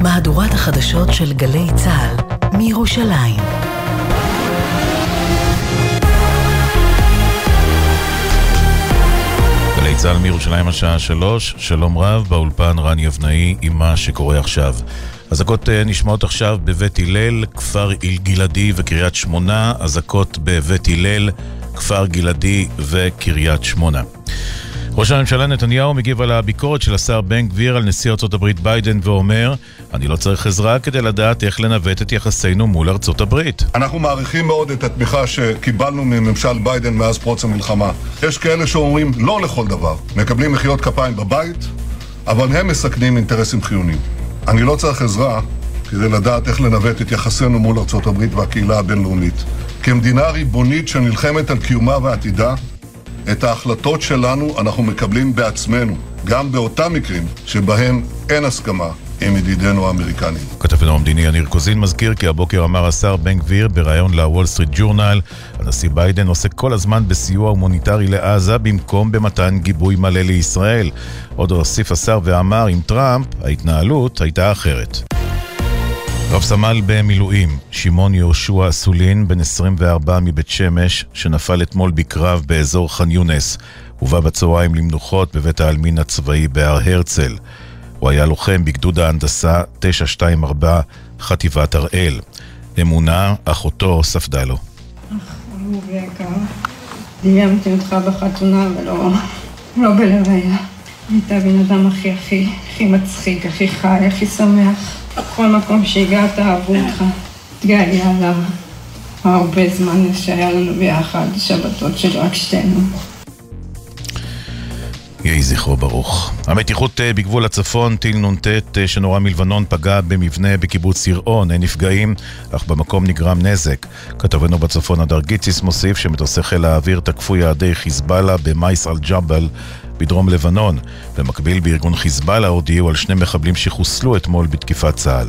מהדורת החדשות של גלי צה"ל מירושלים. גלי צה"ל מירושלים השעה 3, שלום רב, באולפן רן יבנאי עם מה שקורה עכשיו. אזעקות נשמעות עכשיו בבית הלל, כפר גלעדי וקריית שמונה, אזעקות בבית הלל, כפר גלעדי וקריית שמונה. ראש הממשלה נתניהו מגיב על הביקורת של השר בן גביר על נשיא ארצות הברית ביידן ואומר, אני לא צריך עזרה כדי לדעת איך לנווט את יחסינו מול ארצות הברית. אנחנו מעריכים מאוד את התמיכה שקיבלנו מממשל ביידן מאז פרוץ המלחמה. יש כאלה שאומרים לא לכל דבר, מקבלים מחיאות כפיים בבית, אבל הם מסכנים אינטרסים חיוניים. אני לא צריך עזרה כדי לדעת איך לנווט את יחסינו מול ארצות הברית והקהילה הבינלאומית. כמדינה ריבונית שנלחמת על קיומה ועתידה, את ההחלטות שלנו אנחנו מקבלים בעצמנו, גם באותם מקרים שבהם אין הסכמה עם ידידינו האמריקנים. כתבנו המדיני יניר קוזין מזכיר כי הבוקר אמר השר בן גביר בראיון לוול סטריט ג'ורנל, הנשיא ביידן עוסק כל הזמן בסיוע הומניטרי לעזה במקום במתן גיבוי מלא לישראל. עוד הוסיף השר ואמר, עם טראמפ ההתנהלות הייתה אחרת. רב סמל במילואים, שמעון יהושע סולין, בן 24 מבית שמש, שנפל אתמול בקרב באזור ח'אן יונס, הובא בצהריים למנוחות בבית העלמין הצבאי בהר הרצל. הוא היה לוחם בגדוד ההנדסה 924 חטיבת הראל. אמונה, אחותו, ספדה לו. אהוב יקר, דיימתי אותך בחתונה ולא בלוויה. היית בן אדם הכי מצחיק, הכי חי, הכי שמח. בכל מקום שהגעת אהבו אותך. תגעלי עליו הרבה זמן שהיה לנו ביחד, שבתות של רק שתינו. יהי זכרו ברוך. המתיחות בגבול הצפון, טיל נ"ט שנורה מלבנון פגע במבנה בקיבוץ יראון, אין נפגעים, אך במקום נגרם נזק. כתבנו בצפון הדר גיציס מוסיף שמטוסי חיל האוויר תקפו יעדי חיזבאללה במייס אל ג'בל בדרום לבנון. במקביל בארגון חיזבאללה הודיעו על 2 מחבלים שחוסלו אתמול בתקיפת צה"ל.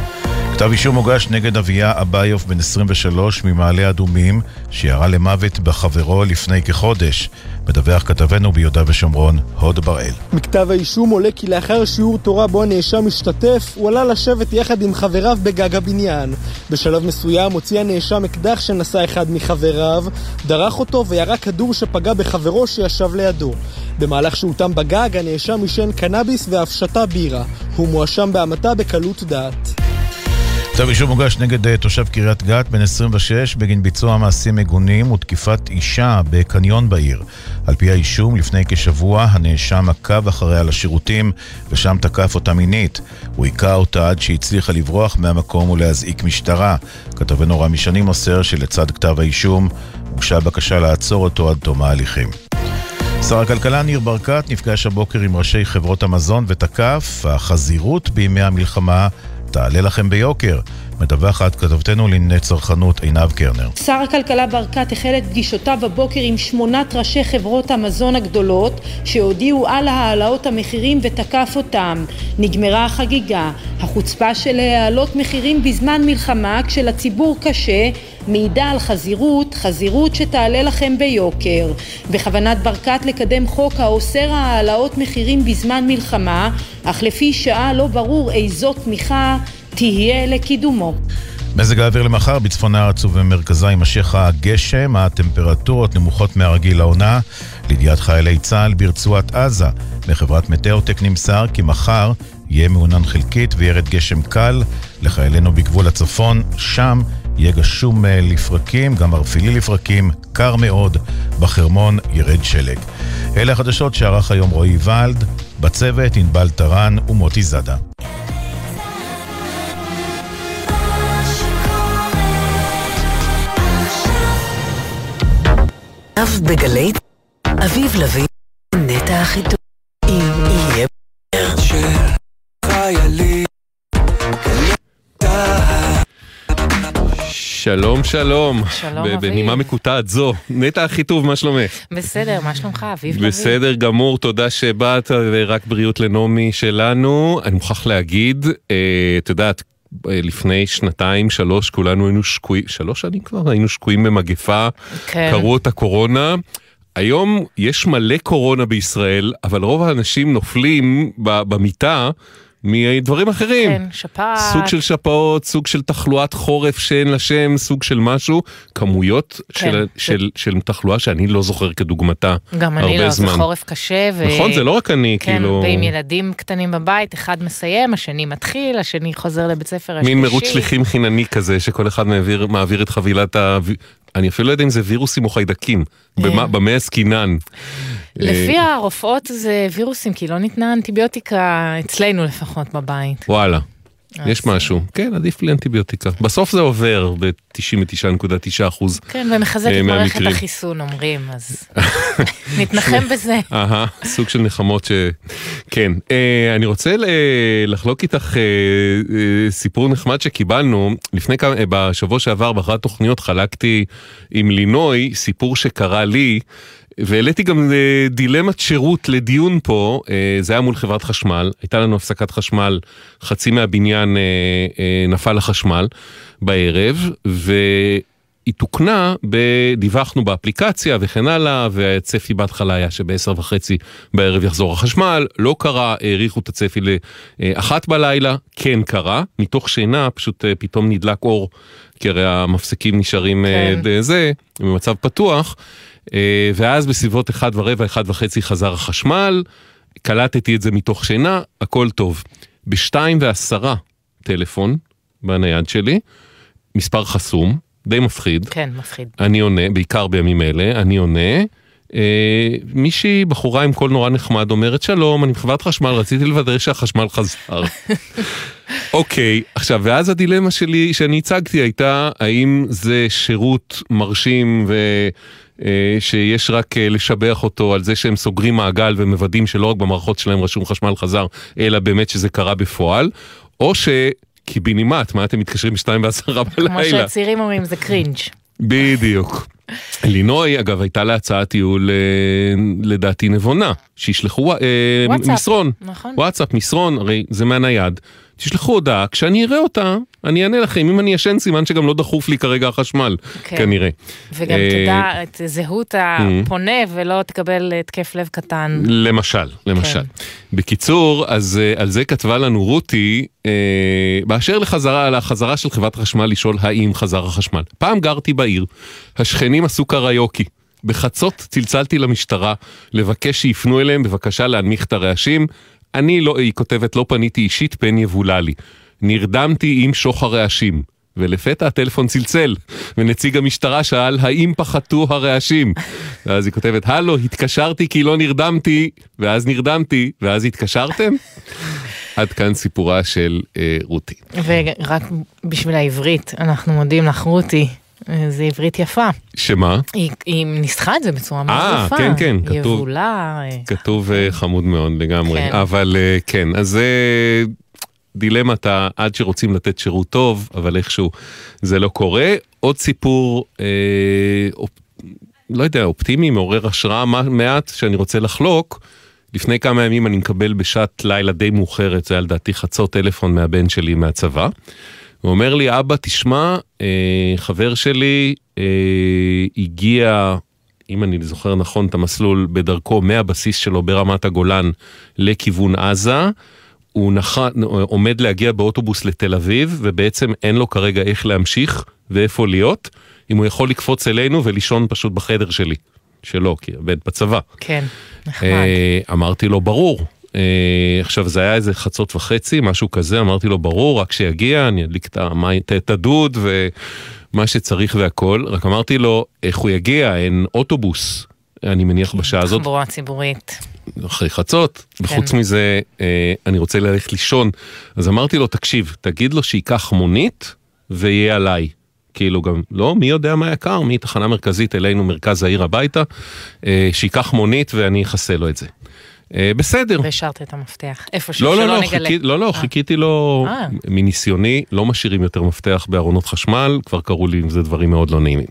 כתב אישום הוגש נגד אביה אביוף בן 23 ממעלה אדומים שירה למוות בחברו לפני כחודש. מדווח כתבנו ביהודה ושומרון, הוד בראל. מכתב האישום עולה כי לאחר שיעור תורה בו הנאשם משתתף, הוא עלה לשבת יחד עם חבריו בגג הבניין. בשלב מסוים הוציא הנאשם אקדח שנשא אחד מחבריו, דרך אותו וירה כדור שפגע בחברו שישב לידו. במהלך שהותם בגג הנאשם עישן קנאביס ואף שתה בירה. הוא מואשם בהמתה בקלות דעת. כתב אישום הוגש נגד תושב קריית גת בן 26 בגין ביצוע מעשים מגונים ותקיפת אישה בקניון בעיר. על פי האישום, לפני כשבוע הנאשם עקב אחריה לשירותים ושם תקף אותה מינית. הוא היכה אותה עד שהצליחה לברוח מהמקום ולהזעיק משטרה. כתבנו רמי שני מוסר שלצד כתב האישום הוגשה בקשה לעצור אותו עד תום ההליכים. שר הכלכלה ניר ברקת נפגש הבוקר עם ראשי חברות המזון ותקף, החזירות בימי המלחמה תעלה לכם ביוקר. מדווחת כתבתנו לענייני צרכנות עינב קרנר. שר הכלכלה ברקת החל את פגישותיו בבוקר עם 8 ראשי חברות המזון הגדולות שהודיעו על העלאות המחירים ותקף אותם. נגמרה החגיגה. החוצפה של העלות מחירים בזמן מלחמה כשלציבור קשה מעידה על חזירות שתעלה לכם ביוקר. בכוונת ברקת לקדם חוק האוסר העלאות מחירים בזמן מלחמה, אך לפי שעה לא ברור איזו תמיכה תהיה לקידומו. מזג האוויר למחר בצפון הארץ ובמרכזה יימשך הגשם, הטמפרטורות נמוכות מהרגיל לעונה. לידיעת חיילי צה"ל ברצועת עזה, מחברת מטאוטק נמסר כי מחר יהיה מעונן חלקית וירד גשם קל לחיילינו בגבול הצפון, שם יהיה גשום לפרקים, גם ערפילי לפרקים, קר מאוד, בחרמון ירד שלג. אלה החדשות שערך היום רועי ולד, בצוות ענבל טרן ומוטי זדה. אב בגלי אביב לוי נטע החיתוך אם יהיה של חיילי. שלום שלום, בנימה מקוטעת זו, נטע הכי טוב, מה שלומך? בסדר, מה שלומך אביב לוי? בסדר גמור, תודה שבאת, רק בריאות לנומי שלנו. אני מוכרח להגיד, את יודעת, לפני 2-3 כולנו היינו שקועים, 3 שנים כבר היינו שקועים במגפה, כן. קראו את הקורונה. היום יש מלא קורונה בישראל, אבל רוב האנשים נופלים במיטה מדברים אחרים. כן, שפעת. סוג של שפעות, סוג של תחלואת חורף שאין לה שם, סוג של משהו, כמויות של תחלואה שאני לא זוכר כדוגמתה גם אני לא, זה חורף קשה. נכון, זה לא רק אני, כאילו... כן, ועם ילדים קטנים בבית, אחד מסיים, השני מתחיל, השני חוזר לבית ספר השלישי. מין מרוץ שליחים חינני כזה, שכל אחד מעביר את חבילת אני אפילו לא יודע אם זה וירוסים או חיידקים, במה עסקינן. לפי הרופאות זה וירוסים, כי לא ניתנה אנטיביוטיקה אצלנו לפחות בבית. וואלה, יש משהו. כן, עדיף לי אנטיביוטיקה. בסוף זה עובר ב-99.9%. כן, ומחזק את מערכת החיסון, אומרים, אז נתנחם בזה. סוג של נחמות כן. אני רוצה לחלוק איתך סיפור נחמד שקיבלנו. בשבוע שעבר, באחת התוכניות, חלקתי עם לינוי סיפור שקרה לי, והעליתי גם דילמת שירות לדיון פה, זה היה מול חברת חשמל, הייתה לנו הפסקת חשמל, חצי מהבניין נפל החשמל בערב, והיא תוקנה, דיווחנו באפליקציה וכן הלאה, והצפי בהתחלה היה שב10:30 בערב יחזור החשמל, לא קרה, העריכו את הצפי ל1 בלילה, כן קרה, מתוך שינה פשוט פתאום נדלק אור, כי הרי המפסקים נשארים זה, במצב פתוח, ואז בסביבות 1:15, 1:30 חזר החשמל, קלטתי את זה מתוך שינה, הכל טוב. ב2:10 טלפון בנייד שלי, מספר חסום, די מפחיד. כן, מפחיד. אני עונה, בעיקר בימים אלה, אני עונה, מישהי בחורה עם קול נורא נחמד אומרת, שלום, אני מחברת חשמל, רציתי לוודא שהחשמל חזר. אוקיי, עכשיו, ואז הדילמה שלי שאני הצגתי הייתה, האם זה שירות מרשים שיש רק לשבח אותו על זה שהם סוגרים מעגל ומוודאים שלא רק במערכות שלהם רשום חשמל חזר, אלא באמת שזה קרה בפועל, או קיבינימט, מה אתם מתקשרים ב2:10 בלילה? כמו שהצעירים אומרים, זה קרינג'. בדיוק. לינוי, אגב, הייתה להצעת טיול לדעתי נבונה, שישלחו מסרון, נכון. וואטסאפ, מסרון, הרי זה מהנייד, תשלחו הודעה, כשאני אראה אותה, אני אענה לכם, אם אני ישן סימן שגם לא דחוף לי כרגע החשמל, כנראה. וגם תדע את זהות הפונה, ולא תקבל התקף לב קטן. למשל. בקיצור, אז על זה כתבה לנו רותי, באשר לחזרה של חברת החשמל לשאול האם חזר החשמל. פעם גרתי בעיר, השכנים עשו קריוקי. בחצות צלצלתי למשטרה, לבקש שיפנו אליהם, בבקשה להנמיך את הרעשים. היא כותבת, לא פניתי אישית, פן יבולה לי. נרדמתי עם שוך הרעשים. ולפתע הטלפון צלצל, ונציג המשטרה שאל, האם פחתו הרעשים? ואז היא כותבת, הלו, התקשרתי כי לא נרדמתי, ואז נרדמתי, ואז התקשרתם? עד כאן סיפורה של רותי. ורק בשביל העברית, אנחנו מודים לך רותי, זה עברית יפה. שמה? היא ניסחה את זה בצורה מאוד יפה. כן, יבולה. כתוב חמוד מאוד לגמרי. אבל כן, אז זה דילמת עד שרוצים לתת שירות טוב, אבל איכשהו זה לא קורה. עוד סיפור, לא יודע, אופטימי, מעורר השראה מעט שאני רוצה לחלוק. לפני כמה ימים אני מקבל בשעת לילה די מאוחרת, זה היה לדעתי חצות טלפון מהבן שלי מהצבא. הוא אומר לי, אבא, תשמע, חבר שלי הגיע, אם אני זוכר נכון את המסלול, בדרכו מהבסיס שלו ברמת הגולן לכיוון עזה, הוא עומד להגיע באוטובוס לתל אביב, ובעצם אין לו כרגע איך להמשיך ואיפה להיות, אם הוא יכול לקפוץ אלינו ולישון פשוט בחדר שלי, שלו, כי הבן בצבא. כן, נחמד. אמרתי לו, ברור. עכשיו זה היה איזה 1:30, משהו כזה, אמרתי לו ברור, רק שיגיע, אני אדליק את הדוד ומה שצריך והכל, רק אמרתי לו, איך הוא יגיע, אין אוטובוס, אני מניח בשעה הזאת. תחבורה ציבורית. אחרי חצות, וחוץ מזה, אני רוצה ללכת לישון, אז אמרתי לו, תקשיב, תגיד לו שיקח מונית ויהיה עליי. כאילו גם, לא, מי יודע מה יקר, מתחנה מרכזית אלינו, מרכז העיר הביתה, שיקח מונית ואני אחסה לו את זה. בסדר. והשארת את המפתח, איפה שלא נגלה. לא, חיכיתי לו, מניסיוני, לא משאירים יותר מפתח בארונות חשמל, כבר קראו לי עם זה דברים מאוד לא נעימים.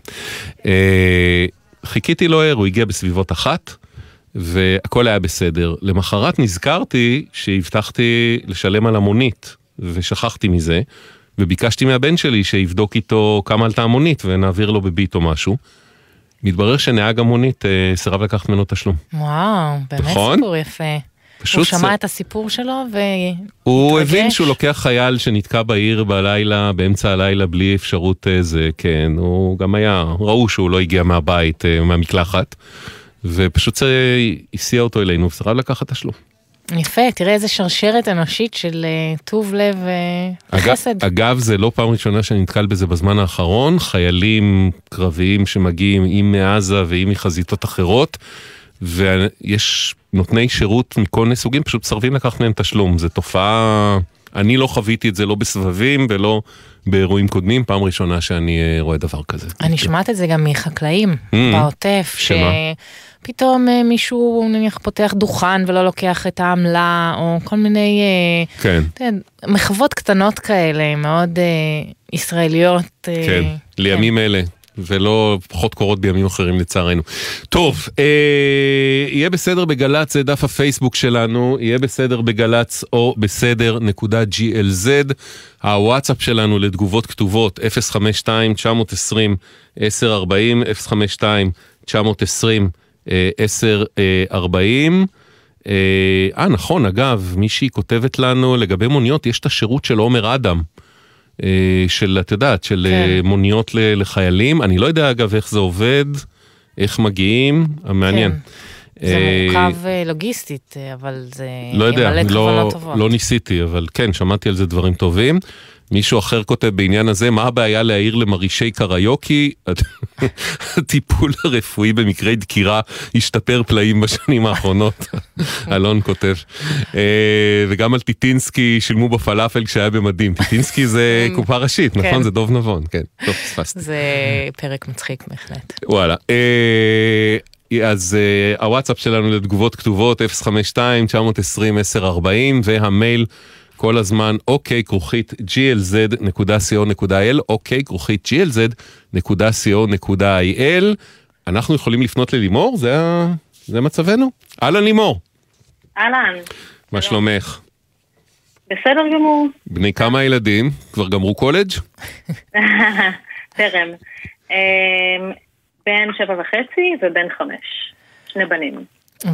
חיכיתי לו הוא הגיע בסביבות 1, והכל היה בסדר. למחרת נזכרתי שהבטחתי לשלם על המונית, ושכחתי מזה, וביקשתי מהבן שלי שיבדוק איתו כמה עלתה המונית, ונעביר לו בביט או משהו. מתברר שנהג המונית סירב לקחת ממנו תשלום. וואו, באמת סיפור יפה. הוא שמע את הסיפור שלו הוא הבין שהוא לוקח חייל שנתקע בעיר בלילה, באמצע הלילה בלי אפשרות זה, כן, הוא גם היה, ראו שהוא לא הגיע מהבית, מהמקלחת, ופשוט הסיע אותו אלינו, וסרב לקחת תשלום. יפה, תראה איזה שרשרת אנושית של טוב לב וחסד. אגב, זה לא פעם ראשונה שאני נתקל בזה בזמן האחרון, חיילים קרביים שמגיעים עם מעזה ועם מחזיתות אחרות, ויש נותני שירות מכל מיני סוגים, פשוט מסרבים לקחת מהם תשלום. זו תופעה, אני לא חוויתי את זה לא בסבבים ולא באירועים קודמים, פעם ראשונה שאני רואה דבר כזה. אני שמעת את זה גם מחקלאים בעוטף, שפתאום מישהו נניח פותח דוכן ולא לוקח את העמלה, או כל מיני מחוות קטנות כאלה, מאוד ישראליות. כן, לימים אלה. ולא פחות קורות בימים אחרים לצערנו. טוב, יהיה בסדר בגלץ, זה דף הפייסבוק שלנו, יהיה בסדר בגלץ או בסדר.glz, הוואטסאפ שלנו לתגובות כתובות 052-920-1040, 052-920-1040. נכון, אגב, מישהי כותבת לנו לגבי מוניות, יש את השירות של עומר אדם, של, את יודעת, של מוניות לחיילים. אני לא יודע אגב איך זה עובד, איך מגיעים, מעניין. זה מורכב לוגיסטית, אבל זה לא יודע, לא ניסיתי, אבל כן, שמעתי על זה דברים טובים. מישהו אחר כותב בעניין הזה, מה הבעיה להעיר למרישי קריוקי? הטיפול הרפואי במקרי דקירה השתפר פלאים בשנים האחרונות. אלון כותב. וגם על טיטינסקי שילמו בפלאפל כשהיה במדים. טיטינסקי זה קופה ראשית, נכון? זה דוב נבון, כן. טוב, פספסתי. זה פרק מצחיק בהחלט. וואלה. אז הוואטסאפ שלנו לתגובות כתובות 052-920-1040 והמייל כל הזמן ok@glz.co.il ok@glz.co.il. אנחנו יכולים לפנות ללימור? זה מצבנו? אהלן לימור. אהלן. מה שלומך? בסדר גמור. בני כמה ילדים? כבר גמרו קולג'? תרם. בן 7.5 ובן 5. שני בנים.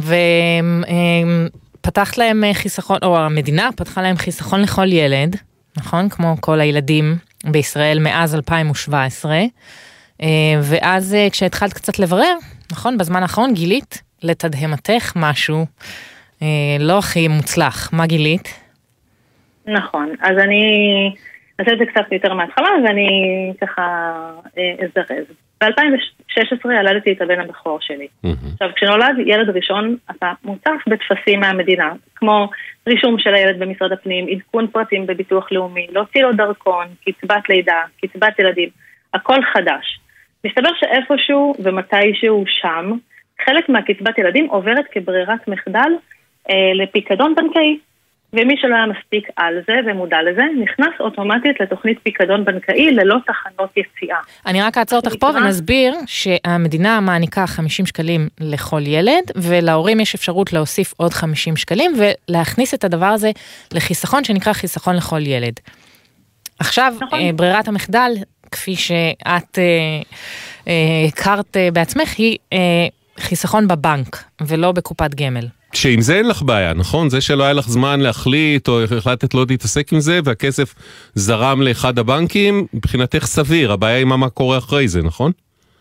פתחת להם חיסכון, או המדינה פתחה להם חיסכון לכל ילד, נכון? כמו כל הילדים בישראל מאז 2017, ואז כשהתחלת קצת לברר, נכון? בזמן האחרון גילית לתדהמתך משהו לא הכי מוצלח. מה גילית? נכון, אז אני אעשה את זה קצת יותר מההתחלה, ואני ככה אזרז. ב-2016 ילדתי את הבן הבכור שלי. עכשיו, כשנולד ילד ראשון, אתה מוצף בתפסים מהמדינה, כמו רישום של הילד במשרד הפנים, עדכון פרטים בביטוח לאומי, להוציא לו דרכון, קצבת לידה, קצבת ילדים, הכל חדש. מסתבר שאיפשהו ומתישהו שם, חלק מהקצבת ילדים עוברת כברירת מחדל לפיקדון בנקאי. ומי שלא היה מספיק על זה ומודע לזה, נכנס אוטומטית לתוכנית פיקדון בנקאי ללא תחנות יציאה. אני רק אעצור אותך פה ונסביר שהמדינה מעניקה 50 שקלים לכל ילד, ולהורים יש אפשרות להוסיף עוד 50 שקלים, ולהכניס את הדבר הזה לחיסכון שנקרא חיסכון לכל ילד. עכשיו, ברירת המחדל, כפי שאת הכרת בעצמך, היא חיסכון בבנק, ולא בקופת גמל. שעם זה אין לך בעיה, נכון? זה שלא היה לך זמן להחליט, או החלטת לא להתעסק עם זה, והכסף זרם לאחד הבנקים, מבחינתך סביר, הבעיה היא מה קורה אחרי זה, נכון?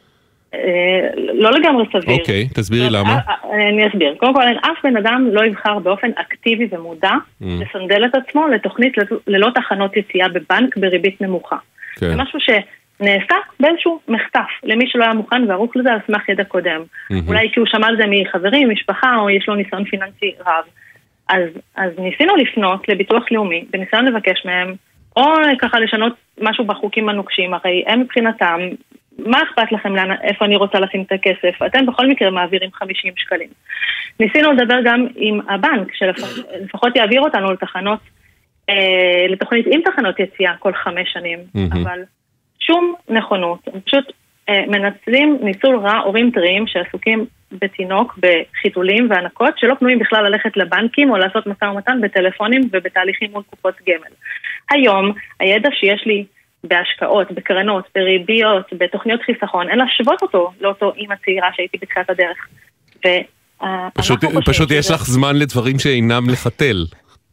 לא לגמרי סביר. אוקיי, תסבירי למה. אני אסביר. קודם כל, אף בן אדם לא יבחר באופן אקטיבי ומודע, לסנדל את עצמו לתוכנית ללא תחנות יציאה בבנק בריבית נמוכה. זה משהו נעשה באיזשהו מחטף, למי שלא היה מוכן וערוך לזה על סמך ידע קודם. אולי כי הוא שמע על זה מחברים, משפחה, או יש לו ניסיון פיננסי רב. אז ניסינו לפנות לביטוח לאומי, בניסיון לבקש מהם, או ככה לשנות משהו בחוקים הנוקשים, הרי הם מבחינתם, מה אכפת לכם איפה אני רוצה לשים את הכסף? אתם בכל מקרה מעבירים 50 שקלים. ניסינו לדבר גם עם הבנק, שלפחות יעביר אותנו לתחנות, לתוכנית עם תחנות יציאה כל 5 שנים, אבל שום נכונות, פשוט מנצלים ניצול רע הורים טריים שעסוקים בתינוק, בחיתולים והנקות, שלא פנויים בכלל ללכת לבנקים או לעשות משא ומתן בטלפונים ובתהליכים מול קופות גמל. היום, הידע שיש לי בהשקעות, בקרנות, בריביות, בתוכניות חיסכון, אין להשוות אותו לאותו אימא צעירה שהייתי בתחילת הדרך. פשוט יש לך זמן לדברים שאינם לחתל.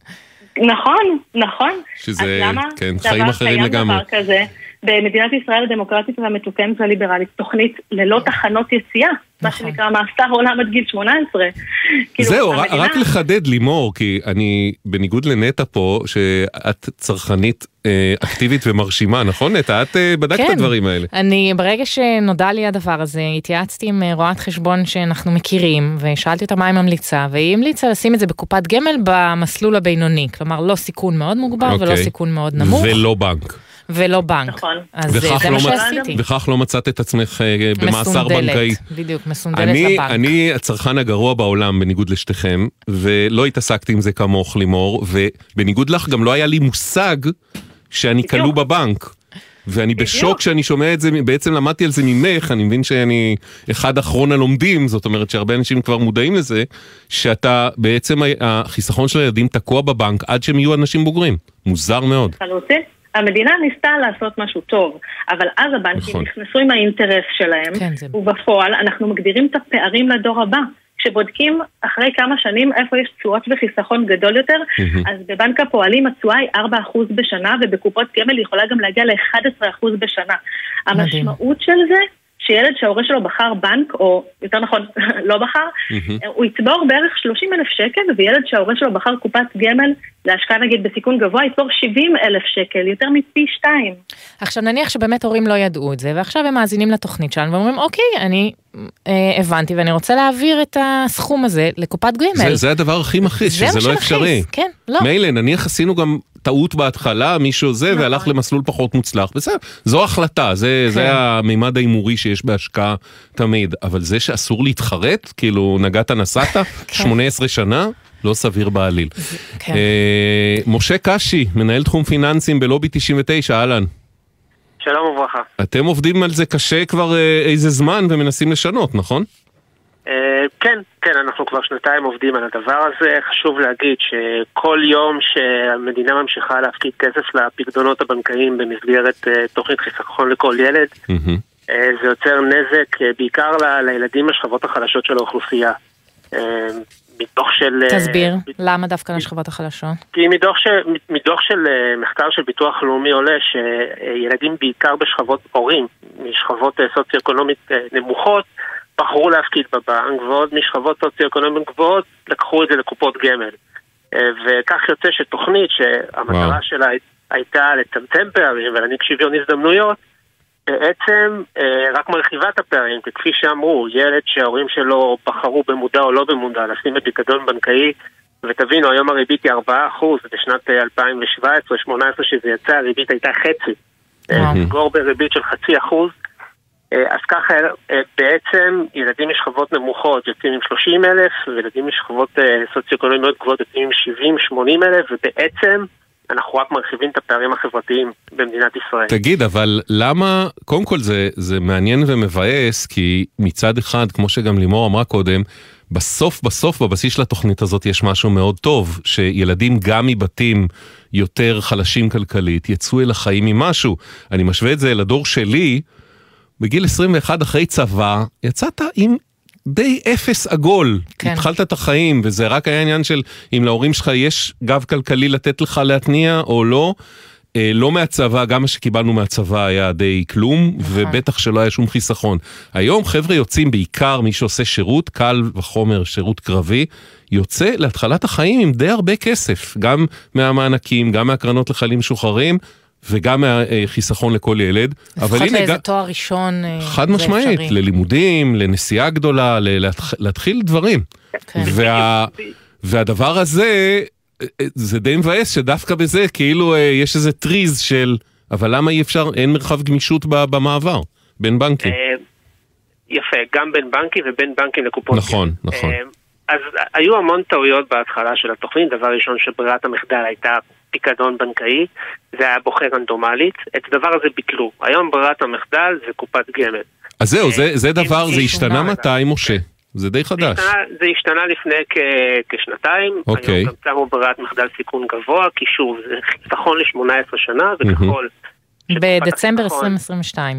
נכון. שזה, כן, חיים אחרים לגמרי. במדינת ישראל הדמוקרטית והמתוקנת והליברלית, תוכנית ללא תחנות יציאה, מה שנקרא מאסר עולם עד גיל 18. זהו, רק לחדד לימור, כי אני, בניגוד לנטה פה, שאת צרכנית אקטיבית ומרשימה, נכון נטה? את בדקת את הדברים האלה. אני, ברגע שנודע לי הדבר הזה, התייעצתי עם רואת חשבון שאנחנו מכירים, ושאלתי אותה מה היא ממליצה, והיא המליצה לשים את זה בקופת גמל במסלול הבינוני, כלומר לא סיכון מאוד מוגבר ולא סיכון מאוד נמוך. ולא בנק. ולא בנק. נכון. אז זה מה שעשיתי. וכך לא מצאת את עצמך במאסר בנקאי. בדיוק, מסונדלת לבנק. אני הצרכן הגרוע בעולם, בניגוד לשתיכם, ולא התעסקתי עם זה כמוך לימור, ובניגוד לך גם לא היה לי מושג שאני כלוא בבנק. ואני בשוק שאני שומע את זה, בעצם למדתי על זה ממך, אני מבין שאני אחד אחרון הלומדים, זאת אומרת שהרבה אנשים כבר מודעים לזה, שאתה בעצם החיסכון של הילדים תקוע בבנק עד שהם יהיו אנשים בוגרים. מוזר מאוד. המדינה ניסתה לעשות משהו טוב, אבל אז הבנקים נכנסו עם האינטרס שלהם, ובפועל אנחנו מגדירים את הפערים לדור הבא. כשבודקים אחרי כמה שנים איפה יש תשואות וחיסכון גדול יותר, אז בבנק הפועלים התשואה היא 4% בשנה, ובקופות גמל יכולה גם להגיע ל-11% בשנה. המשמעות של זה, שילד שההורה שלו בחר בנק, או יותר נכון, לא בחר, הוא יצבור בערך 30,000 שקל, וילד שההורה שלו בחר קופת גמל, להשקעה נגיד בסיכון גבוה, יצבור 70,000 שקל, יותר מפי 2. עכשיו נניח שבאמת הורים לא ידעו את זה, ועכשיו הם מאזינים לתוכנית שלנו, ואומרים, אוקיי, אני הבנתי, ואני רוצה להעביר את הסכום הזה לקופת גמל. זה הדבר הכי מכריז, שזה לא אפשרי. כן, לא. מילא, נניח עשינו גם טעות בהתחלה, מישהו זה, והלך למסלול פחות מוצלח, בסדר, זו החלטה, זה המימד האימורי שיש בהשקעה תמיד, אבל זה שאסור להתחרט, כאילו נגעת נסעת, 18 שנה, לא סביר בעליל. משה קשי, מנהל תחום פיננסים בלובי 99, אהלן. שלום וברכה. אתם עובדים על זה קשה כבר איזה זמן ומנסים לשנות, נכון? כן, אנחנו כבר שנתיים עובדים על הדבר הזה. חשוב להגיד שכל יום שהמדינה ממשיכה להפקיד כסף לפקדונות הבנקאיים במסגרת תוכנית חיסכון לכל ילד, זה יוצר נזק בעיקר לילדים השכבות החלשות של האוכלוסייה. תסביר, למה דווקא לשכבות החלשות? כי מדוח של מחקר של ביטוח לאומי עולה שילדים בעיקר בשכבות הורים, משכבות סוציו-אקונומית נמוכות, בחרו להפקיד בבנק, ועוד משכבות סוציו-אקונומיות גבוהות לקחו את זה לקופות גמל. וכך יוצא שתוכנית שהמטרה שלה הייתה לצמצם פערים ולהעניק שוויון הזדמנויות, בעצם רק מרחיבה את הפערים, כי כפי שאמרו, ילד שההורים שלו בחרו במודע או לא במודע לשים בפיקדון בנקאי, ותבינו, היום הריבית היא 4%, בשנת 2017-2018 שזה יצא, הריבית הייתה חצי. סגור בריבית של 0.5%. אז ככה בעצם ילדים משכבות נמוכות יוצאים עם 30,000, וילדים משכבות סוציו-אקונומיות גבוהות יוצאים עם 70-80,000, ובעצם אנחנו רק מרחיבים את הפערים החברתיים במדינת ישראל. תגיד, אבל למה, קודם כל זה מעניין ומבאס, כי מצד אחד, כמו שגם לימור אמרה קודם, בסוף בבסיס של התוכנית הזאת יש משהו מאוד טוב, שילדים גם מבתים יותר חלשים כלכלית יצאו אל החיים ממשהו. אני משווה את זה לדור שלי, בגיל 21 אחרי צבא, יצאת עם די אפס עגול. כן. התחלת את החיים, וזה רק היה עניין של אם להורים שלך יש גב כלכלי לתת לך להתניע או לא, לא מהצבא, גם מה שקיבלנו מהצבא היה די כלום, ובטח שלא היה שום חיסכון. היום חבר'ה יוצאים בעיקר מי שעושה שירות, קל וחומר שירות קרבי, יוצא להתחלת החיים עם די הרבה כסף, גם מהמענקים, גם מהקרנות לחיילים משוחררים, וגם חיסכון לכל ילד. לפחות לאיזה תואר ראשון חד משמעית, ללימודים, לנסיעה גדולה, להתחיל דברים. והדבר הזה, זה די מבאס שדווקא בזה, כאילו יש איזה טריז של, אבל למה אי אפשר, אין מרחב גמישות במעבר, בין בנקים? יפה, גם בין בנקים ובין בנקים לקופות. נכון. אז היו המון טעויות בהתחלה של התוכנית. דבר ראשון שברירת המחדל הייתה פיקדון בנקאי, זה היה בוחר רנדומלית, את הדבר הזה ביטלו. היום ברירת המחדל זה קופת גמל. אז זהו, זה דבר, זה השתנה מתי, משה? זה די חדש. זה השתנה לפני כשנתיים, היום גם שמו ברירת מחדל סיכון גבוה, כי שוב, זה חיסכון ל-18 שנה, וככל... בדצמבר 2022.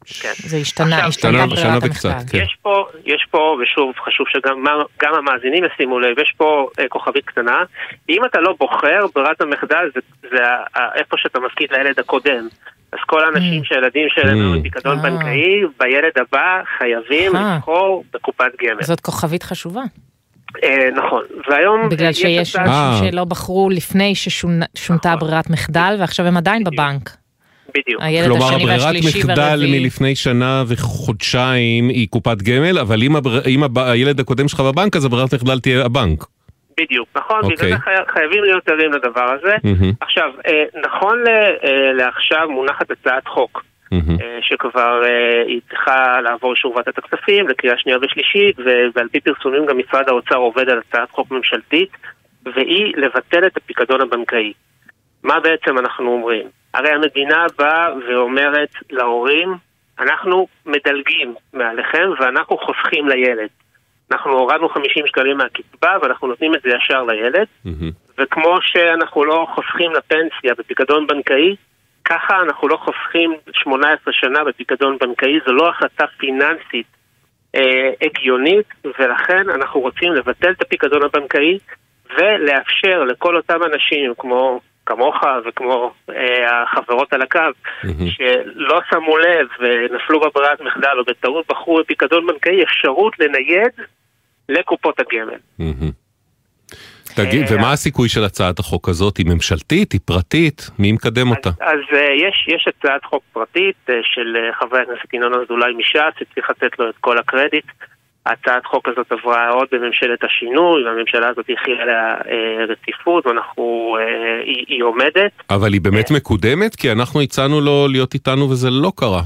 זה השתנה ברירת המחדל. יש פה, ושוב, חשוב שגם המאזינים ישימו לב, יש פה כוכבית קטנה. אם אתה לא בוחר, ברירת המחדל זה איפה שאתה מפקיד לילד הקודם. אז כל האנשים שהילדים שלנו בפיקדון בנקאי, בילד הבא חייבים לבחור בקופת גמל. זאת כוכבית חשובה. נכון, והיום... בגלל שיש אנשים שלא בחרו לפני ששונתה ברירת מחדל, ועכשיו הם עדיין בבנק. בדיוק. כלומר, ברירת מחדל מלפני שנה וחודשיים היא קופת גמל, אבל אם הילד הקודם שלך בבנק, אז ברירת מחדל תהיה הבנק. בדיוק, נכון, בגלל זה חייבים להיות ערים לדבר הזה. עכשיו, נכון לעכשיו מונחת הצעת חוק, שכבר היא צריכה לעבור אישור ועדת הכספים לקריאה שנייה ושלישית, ועל פי פרסומים גם משרד האוצר עובד על הצעת חוק ממשלתית, והיא לבטל את הפיקדון הבנקאי. מה בעצם אנחנו אומרים? הרי המדינה באה ואומרת להורים, אנחנו מדלגים מעליכם ואנחנו חוסכים לילד. אנחנו הורדנו 50 שקלים מהקצבה ואנחנו נותנים את זה ישר לילד, וכמו שאנחנו לא חוסכים לפנסיה בפיקדון בנקאי, ככה אנחנו לא חוסכים 18 שנה בפיקדון בנקאי, זו לא החלטה פיננסית הגיונית, ולכן אנחנו רוצים לבטל את הפיקדון הבנקאי, ולאפשר לכל אותם אנשים כמוך וכמו החברות על הקו, שלא שמו לב ונפלו בברירת מחדל או בטעות בחרו בפיקדון בנקאי, אפשרות לנייד לקופות הגמל. תגיד, ומה הסיכוי של הצעת החוק הזאת? היא ממשלתית? היא פרטית? מי מקדם אותה? אז יש הצעת חוק פרטית של חבר הכנסת ינון אזולאי מש"ס, שצריך לתת לו את כל הקרדיט. הצעת חוק הזאת עברה עוד בממשלת השינוי, והממשלה הזאת הכילה לה רציפות, והיא עומדת. אבל היא באמת מקודמת? כי אנחנו הצענו לו להיות איתנו וזה לא קרה.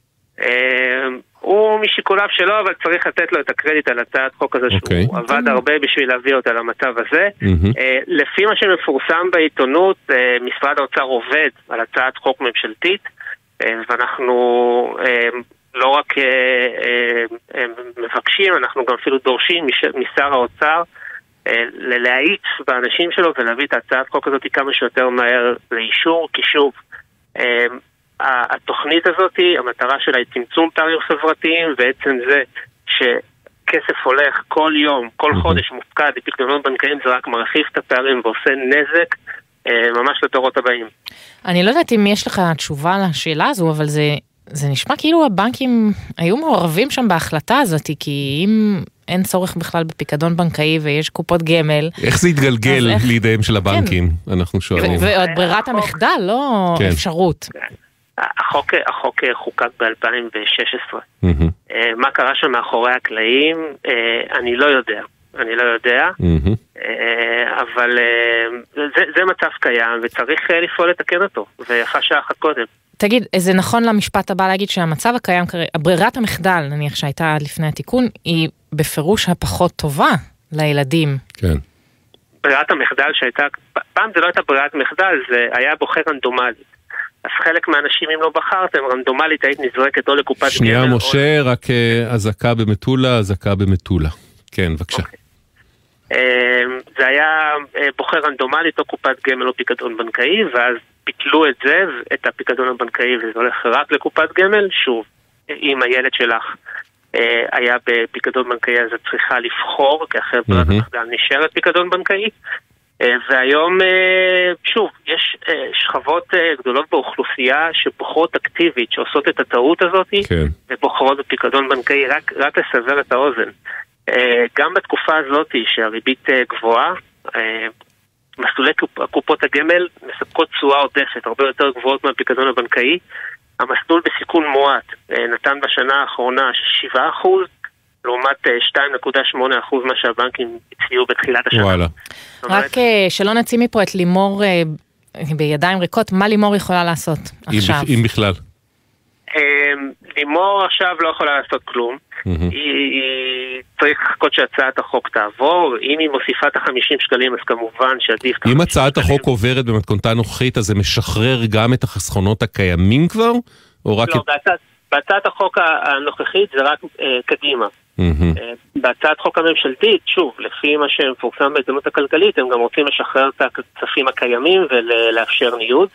הוא משיקוליו שלו, אבל צריך לתת לו את הקרדיט על הצעת חוק הזה, שהוא עבד הרבה בשביל להביא אותה למצב הזה. לפי מה שמפורסם בעיתונות, משרד האוצר עובד על הצעת חוק ממשלתית, ואנחנו לא רק מבקשים, אנחנו גם אפילו דורשים משר האוצר להאיץ באנשים שלו ולהביא את הצעת חוק הזאת כמה שיותר מהר לאישור, כי שוב, התוכנית הזאת, המטרה שלה היא צמצום פערים חברתיים, ועצם זה שכסף הולך כל יום, כל חודש מופקד בפיקדונות בנקאיים, זה רק מרחיב את הפערים ועושה נזק ממש לדורות הבאים. אני לא יודעת אם יש לך תשובה לשאלה הזו, אבל זה נשמע כאילו הבנקים היו מעורבים שם בהחלטה הזאת, כי אם אין צורך בכלל בפיקדון בנקאי ויש קופות גמל... איך זה יתגלגל לידיהם של הבנקים, אנחנו שואלים. ועוד ברירת המחדל, לא אפשרות. החוק חוקק ב-2016. מה קרה שם מאחורי הקלעים, אני לא יודע. אבל זה מצב קיים, וצריך לפעול לתקן אותו, ויפה שעה אחת קודם. תגיד, זה נכון למשפט הבא להגיד שהמצב הקיים, ברירת המחדל, נניח שהייתה לפני התיקון, היא בפירוש הפחות טובה לילדים. כן. ברירת המחדל שהייתה, פעם זה לא הייתה ברירת מחדל, זה היה בוחר רנדומלי. אז חלק מהאנשים, אם לא בחרתם, רנדומלית היית נזרקת או לקופת גמל. שנייה, משה, רק הזקה במטולה. כן, בבקשה. זה היה בוחר רנדומלית או קופת גמל או פיקדון בנקאי, ואז ביטלו את זה, את הפיקדון הבנקאי, וזה הולך רק לקופת גמל. שוב, אם הילד שלך היה בפיקדון בנקאי, אז את צריכה לבחור, כי אחרי ברירת המחדל נשארת פיקדון בנקאי. והיום, שוב, יש שכבות גדולות באוכלוסייה שבוחרות אקטיבית, שעושות את הטעות הזאת, ובוחרות בפיקדון בנקאי, רק לסבר את האוזן. גם בתקופה הזאת שהריבית גבוהה, מסלולי קופות הגמל מספקות תשואה עודפת, הרבה יותר גבוהות מהפיקדון הבנקאי. המסלול בסיכון מועט נתן בשנה האחרונה 7%, לעומת 2.8% מה שהבנקים הציעו בתחילת השנה. וואלה. רק שלא נצא מפה את לימור בידיים ריקות, מה לימור יכולה לעשות עכשיו? אם בכלל. לימור עכשיו לא יכולה לעשות כלום. היא צריך לחכות שהצעת החוק תעבור. אם היא מוסיפה את 50 שקלים, אז כמובן שעדיף... אם הצעת החוק עוברת במתכונתה נוכחית, אז זה משחרר גם את החסכונות הקיימים כבר? או רק... לא, בהצעת החוק הנוכחית זה רק קדימה. בהצעת חוק הממשלתית, שוב, לפי מה שמפורסם בעיתונות הכלכלית, הם גם רוצים לשחרר את הכספים הקיימים ולאפשר ניוד.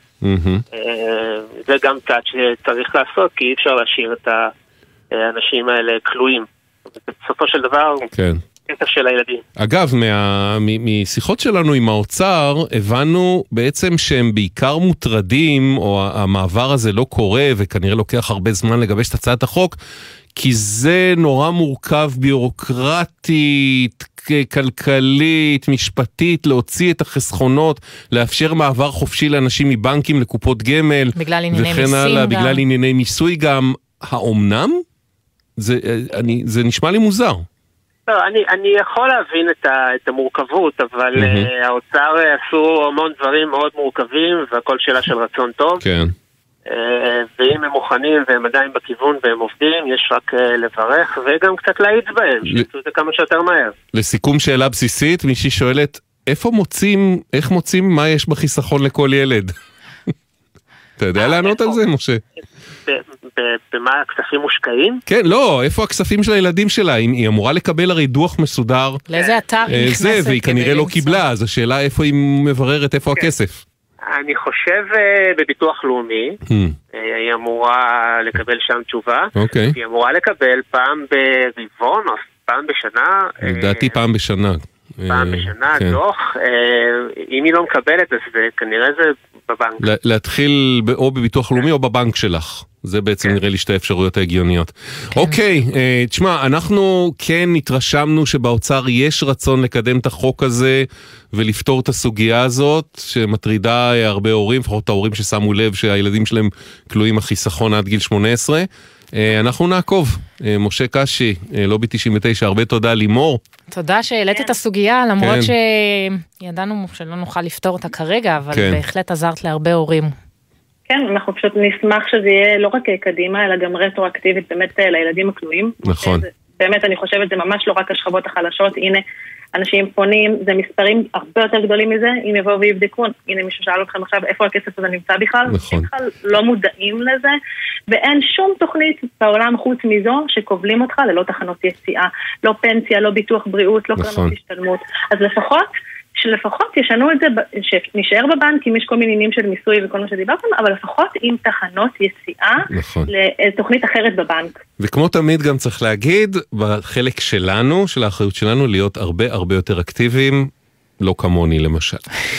זה גם צעד שצריך לעשות, כי אי אפשר להשאיר את האנשים האלה כלואים. בסופו של דבר, כסף של הילדים. אגב, משיחות שלנו עם האוצר, הבנו בעצם שהם בעיקר מוטרדים, או המעבר הזה לא קורה, וכנראה לוקח הרבה זמן לגבש את הצעת החוק, כי זה נורא מורכב ביורוקרטית, כלכלית, משפטית, להוציא את החסכונות, לאפשר מעבר חופשי לאנשים מבנקים לקופות גמל, בגלל ענייני מיסוי גם. בגלל ענייני מיסוי גם. האומנם? זה נשמע לי מוזר. לא, אני יכול להבין את המורכבות, אבל האוצר עשו המון דברים מאוד מורכבים, והכל שאלה של רצון טוב. כן. ואם הם מוכנים והם עדיין בכיוון והם עובדים, יש רק לברך וגם קצת להעיד בהם, שיצאו את זה כמה שיותר מהר. לסיכום, שאלה בסיסית, מישהי שואלת, איך מוצאים מה יש בחיסכון לכל ילד? אתה יודע לענות על זה, משה? במה הכספים מושקעים? כן, לא, איפה הכספים של הילדים שלה? היא אמורה לקבל הרי דוח מסודר. לאיזה אתר היא נכנסת? והיא כנראה לא קיבלה, אז השאלה איפה היא מבררת, איפה הכסף? אני חושב בביטוח לאומי, היא אמורה לקבל שם תשובה, היא אמורה לקבל פעם ברבעון או פעם בשנה. לדעתי פעם בשנה. פעם בשנה, דוח, אם היא לא מקבלת, אז כנראה זה בבנק. להתחיל או בביטוח לאומי או בבנק שלך. זה בעצם נראה לי שתי אפשרויות ההגיוניות. אוקיי, תשמע, אנחנו כן התרשמנו שבאוצר יש רצון לקדם את החוק הזה ולפתור את הסוגיה הזאת, שמטרידה הרבה הורים, לפחות ההורים ששמו לב שהילדים שלהם כלואים החיסכון עד גיל 18. אנחנו נעקוב. משה קשי, לובי 99, הרבה תודה. לימור. תודה שהעלית את הסוגיה, למרות שידענו שלא נוכל לפתור אותה כרגע, אבל בהחלט עזרת להרבה הורים. כן, אנחנו פשוט נשמח שזה יהיה לא רק קדימה, אלא גם רטרואקטיבית באמת לילדים הכלואים. נכון. באמת אני חושבת, זה ממש לא רק השכבות החלשות, הנה אנשים פונים, זה מספרים הרבה יותר גדולים מזה, אם יבואו ויבדקו, הנה מישהו שאל אתכם עכשיו איפה הכסף הזה נמצא בכלל, נכון. בכלל לא מודעים לזה, ואין שום תוכנית בעולם חוץ מזו שקובלים אותך ללא תחנות יציאה, לא פנסיה, לא ביטוח בריאות, לא קרנות השתלמות, אז שלפחות ישנו את זה, שנשאר בבנק, אם יש כל מיני עניינים של מיסוי וכל מה שדיברתם, אבל לפחות עם תחנות יציאה לתוכנית אחרת בבנק. וכמו תמיד גם צריך להגיד, בחלק שלנו, של האחריות שלנו, להיות הרבה הרבה יותר אקטיביים, לא כמוני למשל.